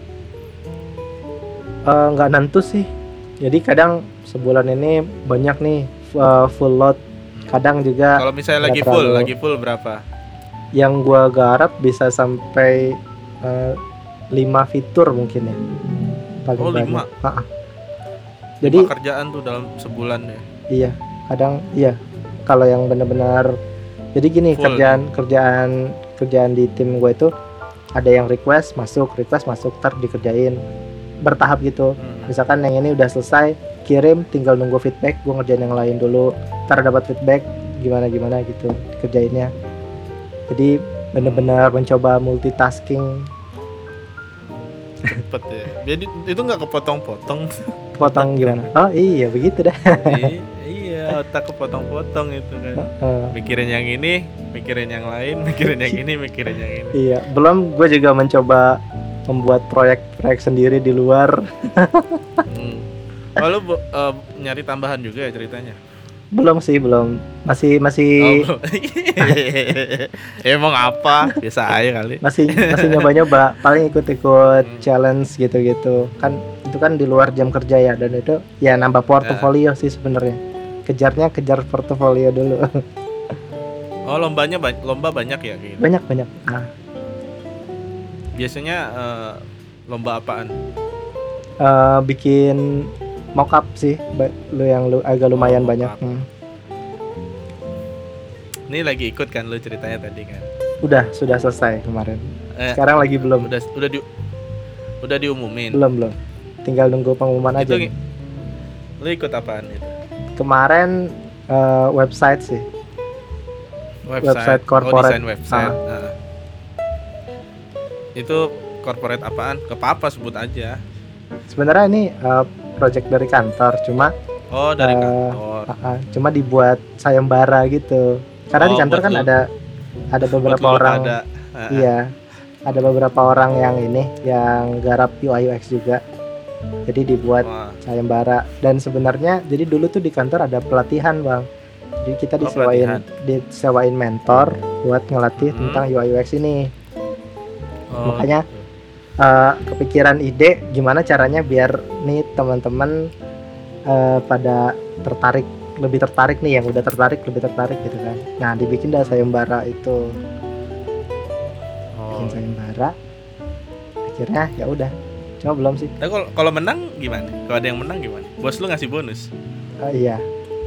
Nggak nentu sih. Jadi kadang sebulan ini banyak nih full load. Kadang juga kalau misalnya lagi full berapa? Yang gua garap bisa sampai 5 fitur mungkin ya. Paling banyak. 5? Jadi 5 kerjaan tuh dalam sebulan ya? Iya, kadang iya. Kalau yang benar-benar jadi gini, full. kerjaan di tim gue itu ada yang request masuk, ntar dikerjain bertahap gitu. Misalkan yang ini udah selesai, kirim, tinggal nunggu feedback, gue ngerjain yang lain dulu, ntar dapat feedback gimana gitu kerjainnya. Jadi benar-benar mencoba multitasking. Cepet ya. Jadi itu nggak kepotong-potong. Potong gimana? Oh iya begitu dah. Iya, otak kepotong-potong itu kan. Mikirin yang ini, mikirin yang lain, mikirin yang ini, mikirin yang ini. Iya, belum gue juga mencoba membuat proyek sendiri di luar. Lu nyari tambahan juga ya ceritanya? Belum. Masih. Oh, emang apa? Biasa aja kali. Masih nyoba-nyoba, paling ikut challenge gitu-gitu. Kan itu kan di luar jam kerja ya, dan itu ya nambah portofolio sih sebenarnya. Kejar portofolio dulu. Oh, lomba banyak ya gitu. Banyak. Biasanya lomba apaan? Bikin mockup sih, lu agak lumayan banyak. Ini lagi ikut kan lu ceritanya tadi kan? Sudah selesai kemarin. Sekarang lagi belum. Udah diumumin. Belum. Tinggal nunggu pengumuman aja. Lu ikut apaan itu? Kemarin website sih. Website corporate. Desain website. Itu corporate apaan? Ke apa sebut aja. Sebenarnya ini project dari kantor, cuma dari kantor. Cuma dibuat sayembara gitu. Karena di kantor kan ada beberapa orang. Iya. Ada beberapa orang yang garap UI UX juga. Jadi dibuat sayembara. Dan sebenarnya jadi dulu tuh di kantor ada pelatihan, Bang. Jadi kita disewain mentor buat ngelatih tentang UI UX ini. Makanya kepikiran ide gimana caranya biar nih teman-teman pada lebih tertarik nih, yang udah lebih tertarik gitu kan. Nah, dibikin dah sayembara itu. Bikin sayembara. Akhirnya ya udah. Cuma belum sih. Nah, kalau menang gimana? Kalau ada yang menang gimana? Bos lu ngasih bonus? Iya.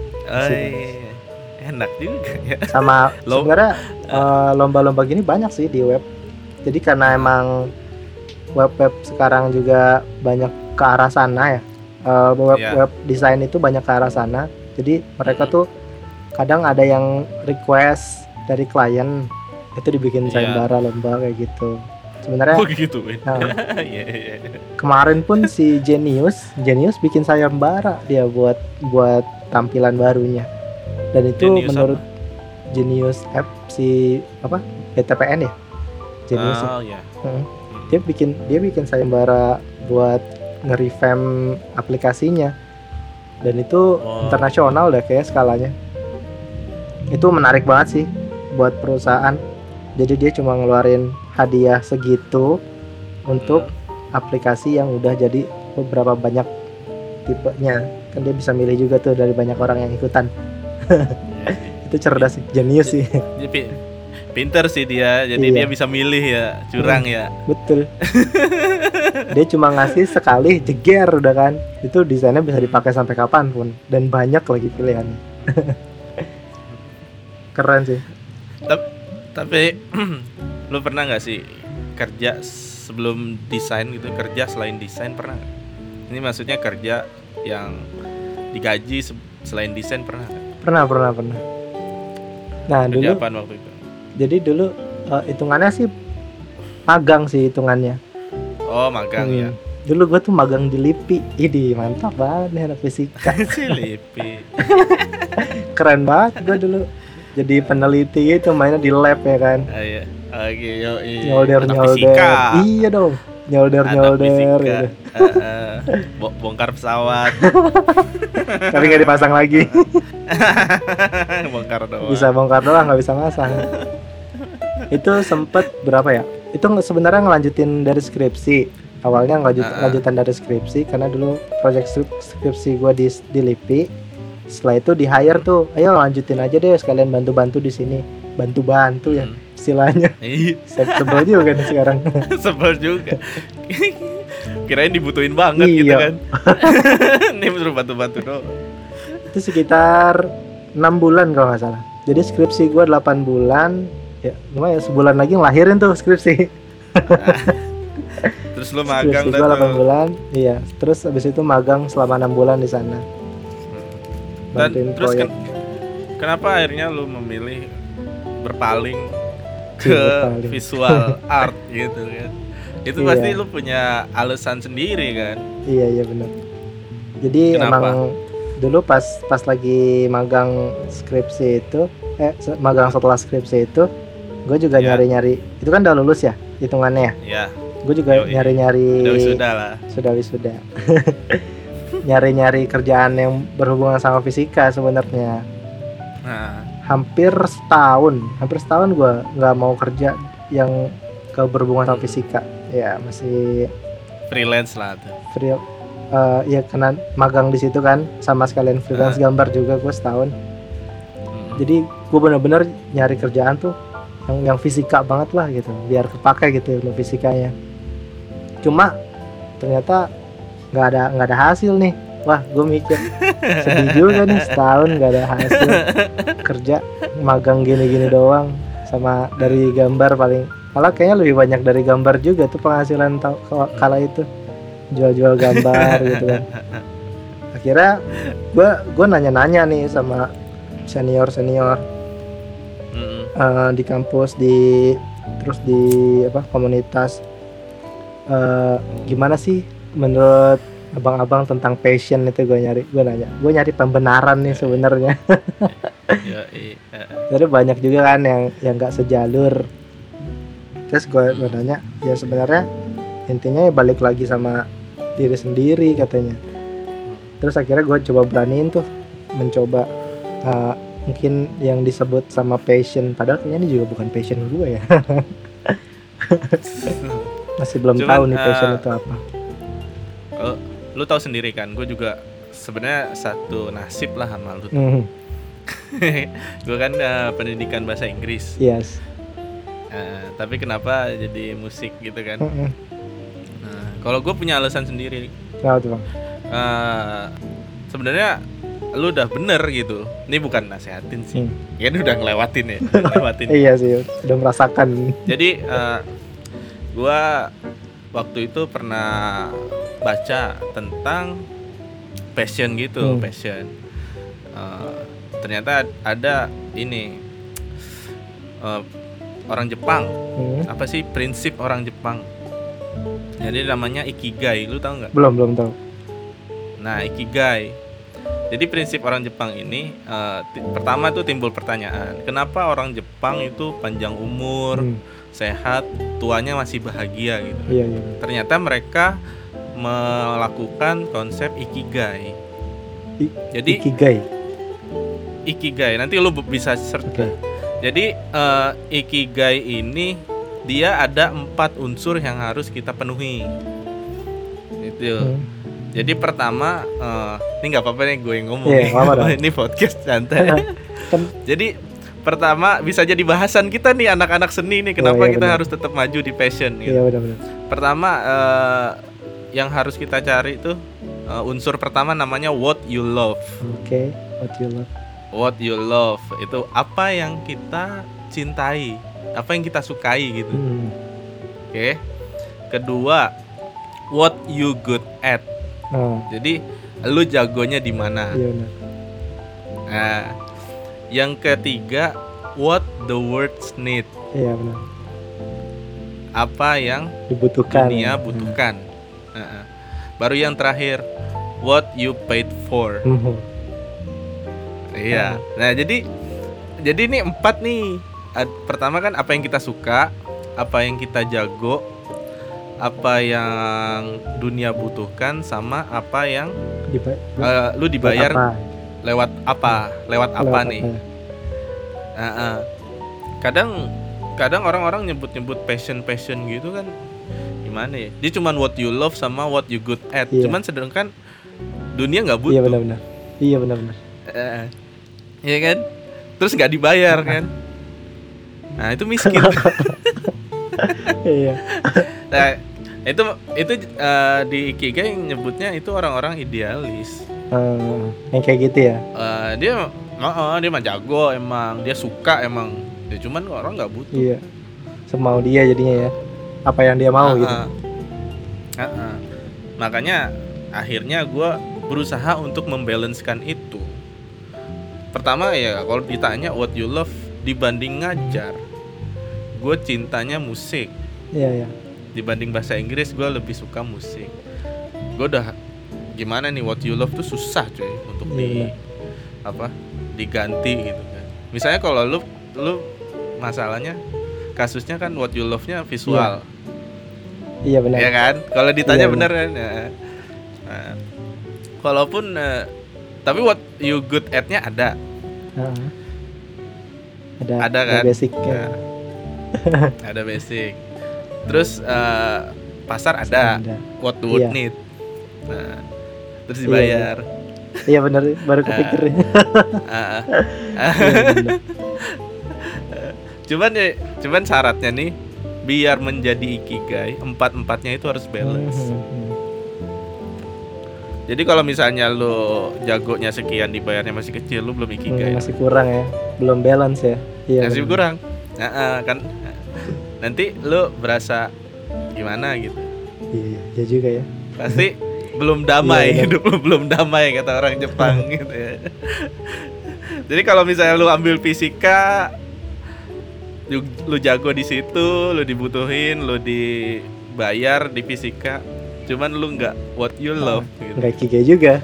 Enak juga ya. Sama sebenarnya lomba-lomba gini banyak sih di web. Jadi karena emang web sekarang juga banyak ke arah sana ya. Web desain itu banyak ke arah sana. Jadi mereka tuh kadang ada yang request dari klien itu dibikin sayembara lomba kayak gitu. Sebenarnya gitu. Kemarin pun si Genius bikin sayembara dia buat tampilan barunya. Dan itu Genius menurut Genius app si BTPN ya. Genius. Dia bikin sayembara buat nge-revamp aplikasinya. Dan itu internasional deh kayak skalanya. Itu menarik banget sih buat perusahaan. Jadi dia cuma ngeluarin hadiah segitu untuk aplikasi yang udah jadi beberapa banyak tipenya. Kan dia bisa milih juga tuh dari banyak orang yang ikutan. Itu cerdas sih, jenius sih. Pinter sih dia, jadi dia bisa milih ya, curang ya. Betul. Dia cuma ngasih sekali jeger udah kan. Itu desainnya bisa dipakai sampai kapanpun dan banyak lagi pilihannya. Keren sih. Tapi lu pernah nggak sih kerja sebelum desain gitu, kerja selain desain pernah gak? Ini maksudnya kerja yang digaji selain desain pernah gak? Pernah. Nah, kerja dulu apaan waktu itu? Jadi dulu hitungannya sih magang sih hitungannya. Oh, magang ya. Dulu gue tuh magang di LIPI. Idih, mantap banget nih anak fisika. Si LIPI. Keren banget gue dulu. Jadi peneliti gitu, mainnya di lab ya kan. Iya. Oke, nyolder. Iya dong. Nyolder gitu. Bongkar pesawat. Tapi nggak dipasang lagi. Bongkar doang. Bisa bongkar doang, nggak bisa masang. Itu sempet berapa ya? Itu sebenarnya ngelanjutin dari skripsi. Awalnya lanjutan dari skripsi karena dulu project skripsi gue di LIPI. Setelah itu di hire tuh, ayo lanjutin aja deh sekalian bantu-bantu di sini. Bantu-bantu ya istilahnya. Sebel juga nih sekarang. Sebel juga. Kirain dibutuhin banget gitu kan. Ini suruh bantu-bantu doang. Itu sekitar 6 bulan kalau nggak salah. Jadi skripsi gue 8 bulan. Ya lumayan, sebulan lagi ngelahirin tuh skripsi. Terus lu magang dah tuh 8 bulan. Iya, terus abis itu magang selama 6 bulan di sana. Dan terus kenapa akhirnya lu memilih berpaling ke visual art gitu kan? Itu pasti lu punya alasan sendiri kan? Iya benar. Jadi kenapa? Emang dulu pas lagi magang skripsi itu, magang setelah skripsi itu, gue juga nyari-nyari. Itu kan udah lulus ya hitungannya ya? Iya. Gue juga nyari-nyari. Udah wisuda lah. Sudah wisuda. Nyari-nyari kerjaan yang berhubungan sama fisika sebenarnya. Hampir setahun gue nggak mau kerja yang berhubungan sama fisika. Ya masih freelance lah tuh. Ya karena magang di situ kan, sama sekalian freelance gambar juga gue setahun. Jadi gue benar-benar nyari kerjaan tuh yang fisika banget lah gitu, biar kepake gitu ilmu fisikanya. Cuma ternyata nggak ada hasil nih. Wah, gue mikir sedih juga nih, setahun nggak ada hasil kerja, magang gini-gini doang, sama dari gambar malah kayaknya lebih banyak dari gambar juga tuh penghasilan kala itu, jual-jual gambar gitu kan. Akhirnya gue nanya-nanya nih sama senior di kampus, terus di komunitas, gimana sih menurut abang-abang tentang passion itu. Gue nyari pembenaran nih sebenarnya. Jadi banyak juga kan yang nggak sejalur. Terus gue nanya, ya sebenarnya intinya ya balik lagi sama diri sendiri katanya. Terus akhirnya gue coba beraniin tuh mencoba mungkin yang disebut sama passion, padahal kayaknya ini juga bukan passion gue ya. Masih belum tahu nih passion itu apa. Lu tahu sendiri kan, gue juga sebenarnya satu nasib lah sama lu. Gue kan pendidikan bahasa Inggris. Yes. Tapi kenapa jadi musik gitu kan? Kalau gue punya alasan sendiri. Kenapa tuh bang? Sebenarnya lu udah bener gitu. Ini bukan nasehatin sih. Ya ini udah ngelewatin ya. Iya sih, udah merasakan. Jadi gue waktu itu pernah baca tentang passion gitu, passion. Ternyata ada ini orang Jepang. Apa sih prinsip orang Jepang? Jadi namanya ikigai, lu tahu nggak? Belum tahu. Nah, ikigai. Jadi prinsip orang Jepang ini pertama tuh timbul pertanyaan, kenapa orang Jepang itu panjang umur, sehat, tuanya masih bahagia gitu. Iya. Ternyata mereka melakukan konsep ikigai. Jadi ikigai nanti lu bisa search. Okay. Jadi ikigai ini dia ada 4 unsur yang harus kita penuhi. Itu. Jadi pertama, ini nggak apa-apa nih gue ngomong. Ini podcast santai. Jadi pertama bisa jadi bahasan kita nih anak-anak seni nih, kenapa kita benar. harus tetap maju di passion gitu. Iya benar-benar. Pertama yang harus kita cari itu unsur pertama namanya what you love. Oke, what you love. What you love itu apa yang kita cintai, apa yang kita sukai gitu. Oke. Kedua, what you good at. Jadi lu jagonya di mana? Iya benar. Nah, yang ketiga, what the world need. Iya benar. Apa yang Dibutuhkan. dunia butuhkan. Baru yang terakhir, what you paid for. Iya. Nah, jadi ini 4 nih. Pertama kan apa yang kita suka, apa yang kita jago, apa yang dunia butuhkan, sama apa yang lu dibayar lewat apa nih. Kadang orang-orang nyebut passion gitu kan gimana ya, dia cuman what you love sama what you good at. Cuman sedangkan dunia nggak butuh. Iya benar-benar. Iya kan, terus nggak dibayar kan, nah itu miskin. Iya. Nah itu di Ikigai nyebutnya itu orang-orang idealis. Yang kayak gitu ya. Dia mah jago emang, dia suka emang, ya cuman orang nggak butuh. Iya. Semau dia jadinya ya. Apa yang dia mau gitu. Makanya akhirnya gue berusaha untuk membalancekan itu. Pertama ya kalau ditanya what you love dibanding ngajar, gue cintanya musik. Iya. Dibanding bahasa Inggris gue lebih suka musik. Gue udah gimana nih, what you love tuh susah cuy untuk diganti gitu kan. Misalnya kalau lu masalahnya kasusnya kan what you love-nya visual. Iya benar. Iya kan? Kalau ditanya benar kan. Nah, walaupun tapi what you good at-nya ada. Ada kan? Ada basic-nya. Ada basic. Terus pasar ada. What the world need. Nah, terus dibayar. Iya benar, baru kepikir. Cuman syaratnya nih, biar menjadi Ikigai, 4-4-nya itu harus balance. Jadi kalau misalnya lu jagonya sekian dibayarnya masih kecil, lu belum Ikigai. Masih kurang ya, belum balance ya. Iya. Masih kurang. Kan nanti lu berasa gimana gitu. Iya juga ya. Pasti belum damai, hidup lu belum damai kata orang Jepang gitu ya. Jadi kalau misalnya lu ambil fisika, lu jago di situ, lu dibutuhin, lu dibayar di fisika, cuman lu nggak what you love gitu. Nggak Ikigai juga.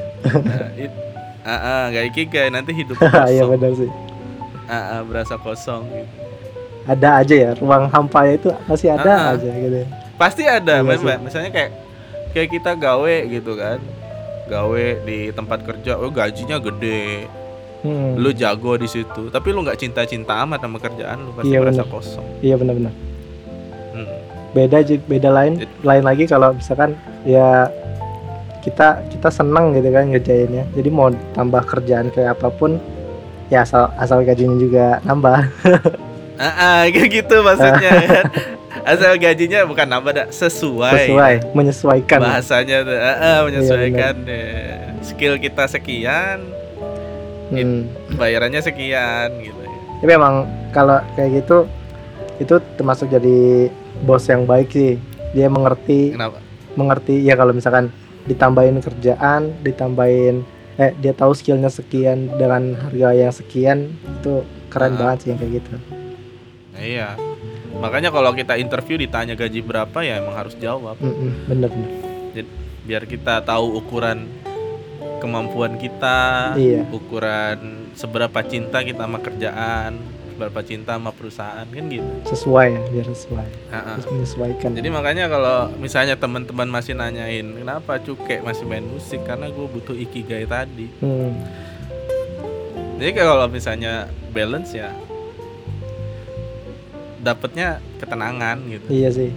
Nggak Ikigai, nanti hidup kosong. Iya benar sih. Berasa kosong gitu. Ada aja ya, ruang hampa itu masih ada aja gitu. Pasti ada, misalnya kayak kita gawe gitu kan, gawe di tempat kerja, gajinya gede, lu jago di situ, tapi lu nggak cinta amat sama kerjaan lu, pasti merasa kosong. Iya benar. Beda lain lagi kalau misalkan ya kita senang gitu kan ngerjainnya, jadi mau tambah kerjaan kayak apapun ya asal gajinya juga nambah. Kayak gitu maksudnya kan. Asal gajinya bukan nambah, sesuai menyesuaikan bahasanya tuh. Menyesuaikan skill kita sekian, bayarannya sekian gitu. Tapi emang kalau kayak gitu itu termasuk jadi bos yang baik sih. Dia mengerti. Kenapa? Mengerti ya, kalau misalkan ditambahin kerjaan, dia tahu skillnya sekian dengan harga yang sekian, itu keren banget sih yang kayak gitu. Iya. Makanya kalau kita interview ditanya gaji berapa ya emang harus jawab. Bener. Jadi biar kita tahu ukuran kemampuan kita, ukuran seberapa cinta kita sama kerjaan, seberapa cinta sama perusahaan, kan gitu. Biar sesuai. Terus menyesuaikan. Jadi makanya kalau misalnya teman-teman masih nanyain kenapa Cuke masih main musik, karena gue butuh Ikigai tadi. Jadi kalau misalnya balance ya dapatnya ketenangan gitu. Iya sih.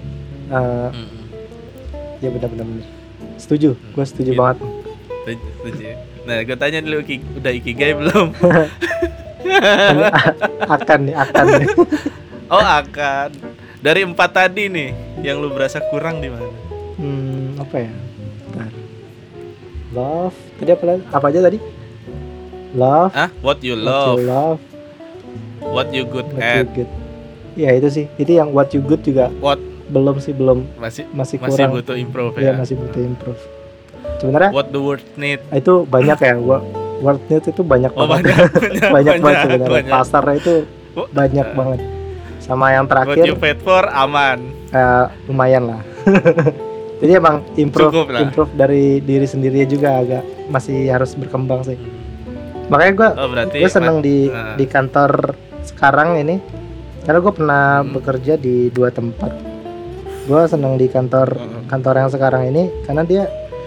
Ya benar. Setuju. Gue setuju banget. Setuju. Nah, gue tanya dulu, udah Ikigai belum? Akan nih. Oh, akan. Dari 4 tadi nih, yang lu berasa kurang di mana? Apa ya? Bentar. Love. Tadi apa aja tadi? Love. What you love. What you good at. Ya itu sih. Itu yang what you good juga. Belum masih kurang. Masih butuh improve ya. Iya, masih butuh improve. Sebenarnya what the world need. Itu banyak ya. World need itu banyak banget. banyak banget sebenarnya. Pasarnya itu banyak banget. Sama yang terakhir. What you paid for aman. Lumayan lah. Jadi emang improve dari diri sendiri juga agak masih harus berkembang sih. Makanya gue seneng di kantor sekarang ini, karena gue pernah bekerja di 2 tempat. Gue seneng di kantor yang sekarang ini karena dia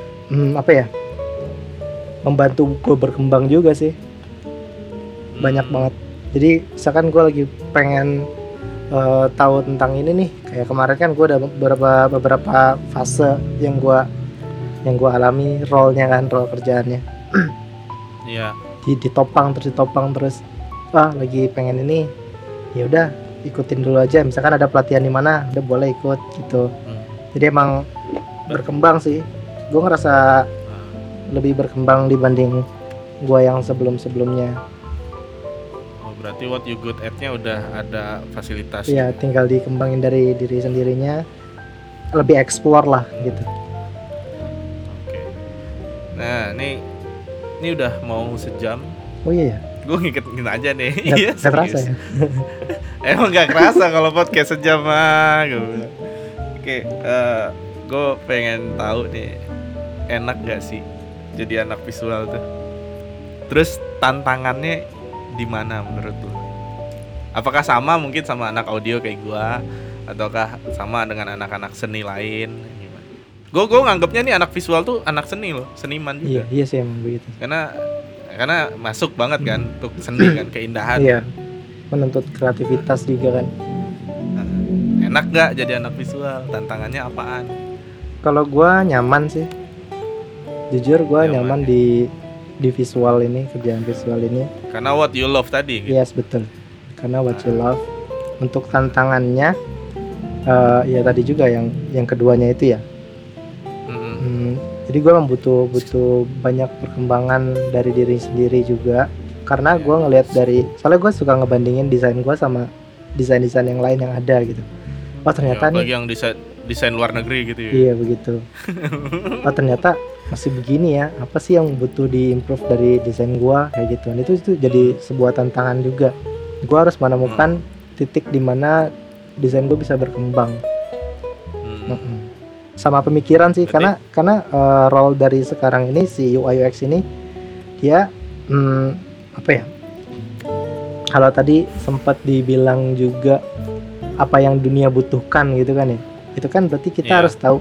membantu gue berkembang juga sih. Banyak banget. Jadi misalkan gue lagi pengen tahu tentang ini nih, kayak kemarin kan gue ada beberapa fase yang gue alami role kerjaannya. Iya. Ditopang terus. Lagi pengen ini, ya udah ikutin dulu aja. Misalkan ada pelatihan di mana, udah boleh ikut gitu. Jadi emang berkembang sih. Gue ngerasa lebih berkembang dibanding gue yang sebelumnya. Berarti what you good at-nya udah ada fasilitas. Iya, tinggal dikembangin dari diri sendirinya, lebih explore lah gitu. Oke. Nah, ini udah mau sejam. Oh iya. Gue ngikutin aja nih. Gak kerasa ya. Emang gak kerasa kalau podcast sejam mah. Oke, gue pengen tahu nih, enak gak sih jadi anak visual tuh? Terus tantangannya di mana menurut lu? Apakah sama mungkin sama anak audio kayak gua, ataukah sama dengan anak-anak seni lain? Gimana? Gue nganggapnya nih anak visual tuh anak seni loh, seniman juga. Iya sih emang begitu. Karena masuk banget kan untuk seni kan, keindahan. Iya. Menuntut kreativitas juga kan. Enak gak jadi anak visual? Tantangannya apaan? Kalau gua nyaman sih. Jujur gua nyaman di visual ini, kerjaan visual ini. Karena what you love tadi gitu? Yes, betul. Karena what you love. Untuk tantangannya ya tadi juga yang keduanya itu ya. Jadi gue butuh banyak perkembangan dari diri sendiri juga. Karena gue ngelihat soalnya gue suka ngebandingin desain gue sama desain-desain yang lain yang ada gitu. Oh ternyata nih yang desain luar negeri gitu ya. Iya begitu. Oh ternyata masih begini ya, apa sih yang butuh diimprove dari desain gua kayak gitu. Dan itu jadi sebuah tantangan juga. Gua harus menemukan titik di mana desain gua bisa berkembang. Sama pemikiran sih. Berarti? karena role dari sekarang ini si UI UX ini dia kalau tadi sempat dibilang juga apa yang dunia butuhkan gitu kan ya. Itu kan berarti kita harus tahu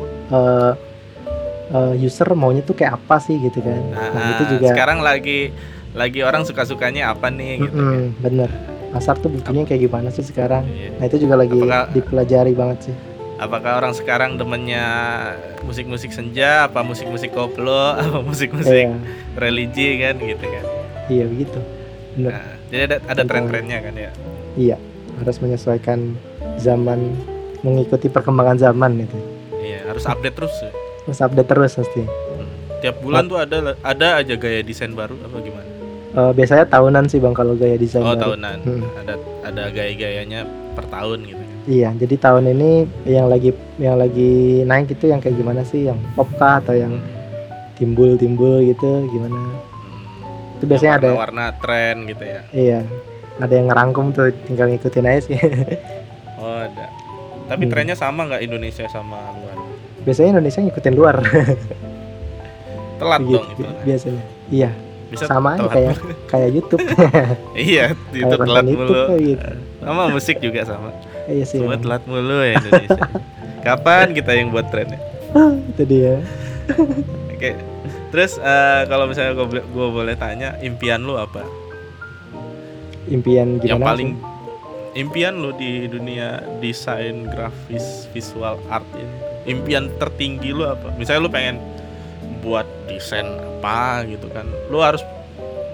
user maunya tuh kayak apa sih gitu kan. Nah itu juga sekarang lagi orang suka-sukanya apa nih gitu kan. Bener, pasar tuh butuhnya kayak gimana sih sekarang. Nah itu juga lagi dipelajari banget sih. Apakah orang sekarang demennya musik-musik senja, apa musik-musik koplo, apa musik-musik religi kan gitu kan. Iya begitu. Bener. Nah, jadi ada tren-trennya kan ya. Iya, harus menyesuaikan zaman, mengikuti perkembangan zaman gitu. Iya, harus update terus ya. Harus update terus pasti. Tiap bulan tuh ada aja gaya desain baru apa gimana? Biasanya tahunan sih Bang kalau gaya desain baru. Tahunan. Ada gaya-gayanya per tahun gitu. Iya, jadi tahun ini yang lagi naik itu yang kayak gimana sih, yang pop kah atau yang timbul gitu gimana? Itu biasanya ada warna tren gitu ya. Iya. Ada yang ngerangkum tuh, tinggal ngikutin aja sih. Oh, ada. Tapi trennya sama nggak Indonesia sama luar? Biasanya Indonesia ngikutin luar. Telat gitu, dong itu. Biasanya. Iya. Bisa sama aja kayak YouTube. Iya, YouTube telat mulu. Gitu. Sama musik juga sama. Iya sih. Semua telat mulu ya Indonesia. Kapan kita yang buat trennya? Itu dia. Oke. Terus kalau misalnya gue boleh tanya, impian lu apa? Impian gimana? Yang paling impian lu di dunia desain grafis visual art ini. Impian tertinggi lu apa? Misalnya lu pengen buat desain apa gitu kan, lu harus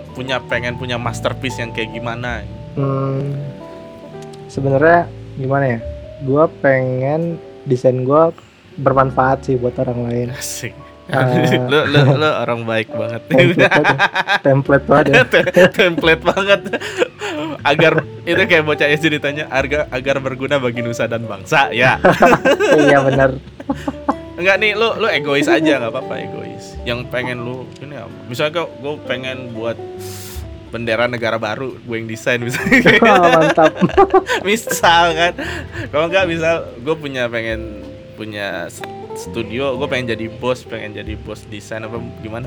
pengen punya masterpiece yang kayak gimana? Sebenarnya gimana ya? Gue pengen desain gue bermanfaat sih buat orang lain. Asik. Lo orang baik banget. Template banget. Template banget. Agar itu kayak bocah SD ditanya agar berguna bagi nusa dan bangsa ya. Iya benar. Enggak nih, lu egois aja, nggak apa-apa egois. Yang pengen lu ini apa? Misalnya gue pengen buat bendera negara baru, gue yang desain misalnya. Mantap. Misal kan, kalau nggak misal gue pengen punya studio, gue pengen jadi bos desain apa gimana?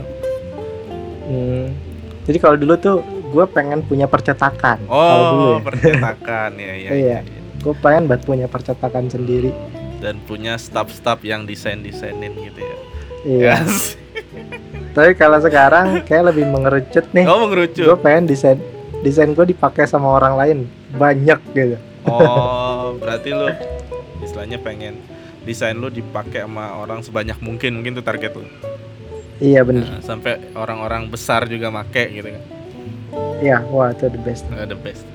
Jadi kalau dulu tuh gue pengen punya percetakan. Oh, percetakan ya. Iya. Gue pengen buat punya percetakan sendiri. Dan punya staff yang desainin gitu ya. Iya. Yes. Tapi kalau sekarang kayak lebih mengerucut nih. Oh, mengerucut. Gue pengen desain gue dipakai sama orang lain banyak gitu. Oh, berarti lu istilahnya pengen desain lu dipakai sama orang sebanyak mungkin tuh target lu. Iya benar. Sampai orang-orang besar juga make gitu kan. Iya, wah itu the best. The best.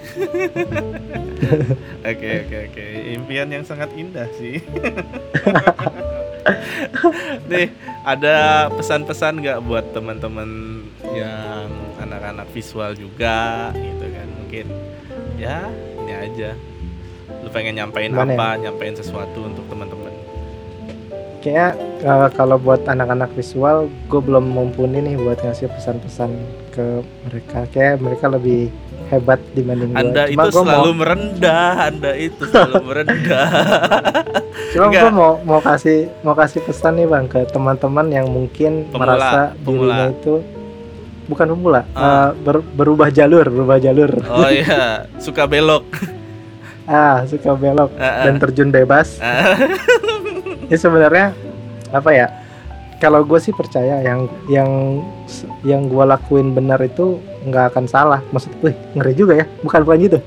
Oke. Impian yang sangat indah sih. Nih, ada pesan-pesan nggak buat teman-teman yang anak-anak visual juga gitu kan? Mungkin ya ini aja. Lu pengen nyampein apa? Ya? Nyampein sesuatu untuk teman-teman. Kayaknya kalau buat anak-anak visual, gue belum mumpuni nih buat ngasih pesan-pesan ke mereka. Kayak mereka lebih hebat dibanding gue. Anda itu selalu merendah. Cuma gue mau kasih pesan nih bang ke teman-teman yang mungkin merasa dirinya itu bukan pemula, berubah jalur. Oh iya, suka belok. Suka belok dan terjun bebas. Ya sebenarnya apa ya? Kalau gue sih percaya yang gue lakuin benar itu nggak akan salah. Maksud gue ngeri juga ya, bukan gitu.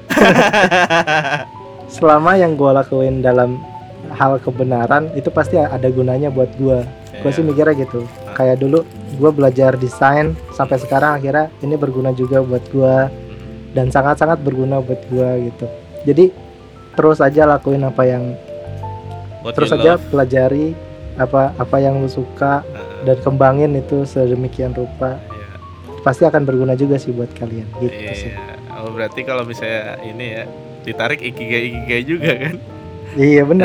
Selama yang gue lakuin dalam hal kebenaran itu pasti ada gunanya buat gue. Gue sih mikirnya gitu. Kayak dulu gue belajar desain sampai sekarang akhirnya ini berguna juga buat gue dan sangat-sangat berguna buat gue gitu. Jadi terus aja lakuin apa yang terus aja pelajari apa yang lu suka dan kembangin itu sedemikian rupa. Pasti akan berguna juga sih buat kalian gitu sih. Oh, berarti kalau misalnya ini ya ditarik ikigai juga kan? Iya benar.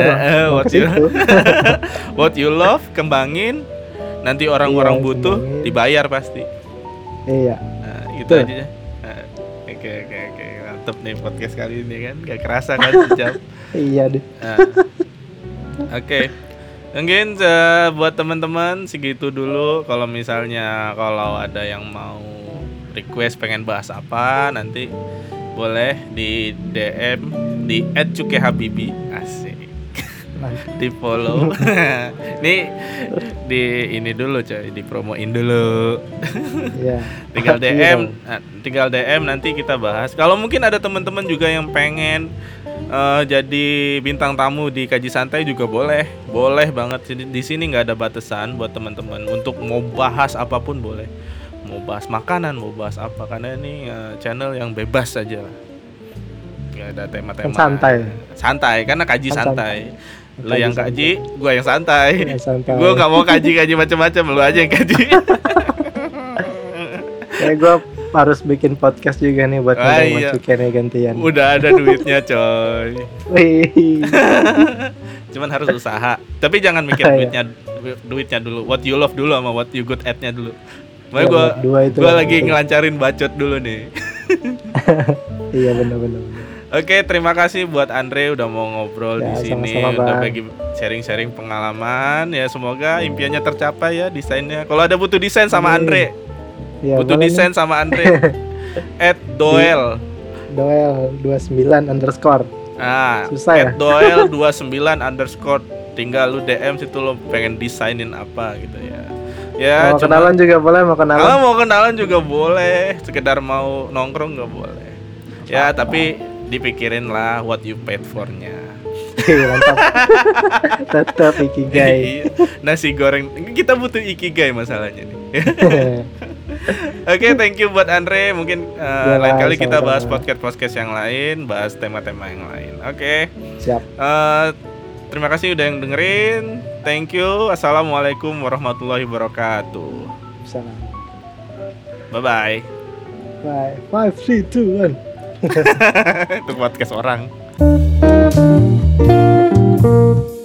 What you love kembangin, nanti orang-orang butuh kembangin. Dibayar pasti. Iya. Gitu aja. Oke. Mantep nih podcast kali ini kan, gak kerasa kan sejam. Iya deh. Oke. Mungkin buat teman-teman segitu dulu. Kalau misalnya ada yang mau request pengen bahas apa, nanti boleh di DM di @cukehabibi. Asik. Di follow. Nih ini dulu coy, dipromoin dulu. Iya. Tinggal DM nanti kita bahas. Kalau mungkin ada teman-teman juga yang pengen jadi bintang tamu di Kaji Santai juga boleh banget. Jadi di sini nggak ada batasan buat teman-teman untuk mau bahas apapun boleh, mau bahas makanan, mau bahas apa, karena ini channel yang bebas aja lah, nggak ada tema-tema. Santai karena Kaji santai. Lo yang kaji, gue yang santai. Gue nggak mau kaji macam-macam, lo aja yang kaji. Kayak gue harus bikin podcast juga nih buat ngundang Cukai gantian. Udah ada duitnya coy. Cuman harus usaha. Tapi jangan mikir duitnya dulu. What you love dulu sama what you good at-nya dulu. Makanya gue lagi ngelancarin bacot dulu nih. Iya benar. Oke, terima kasih buat Andre udah mau ngobrol di sini, udah bagi sharing-sharing pengalaman. Ya semoga impiannya tercapai ya desainnya. Kalau ada butuh desain sama Andre. Ya, butuh desain sama Andre @doel 29 underscore. Susah ya? @doel 29 underscore. Tinggal lu DM situ lo pengen desainin apa gitu ya. Ya, mau kenalan juga boleh, mau kenalan juga boleh. Sekedar mau nongkrong nggak boleh. Ya, tapi dipikirin lah what you paid for-nya. Mantap. Tetap ikigai. Nasi goreng. Kita butuh ikigai masalahnya nih. Oke, thank you buat Andre. Mungkin lain kali kita bahas sama-sama. podcast yang lain, bahas tema-tema yang lain. Oke. Siap. Terima kasih udah yang dengerin. Thank you. Assalamualaikum warahmatullahi wabarakatuh. Salam. Bye-bye. Bye. 5, 3, 2, 1. Itu podcast orang.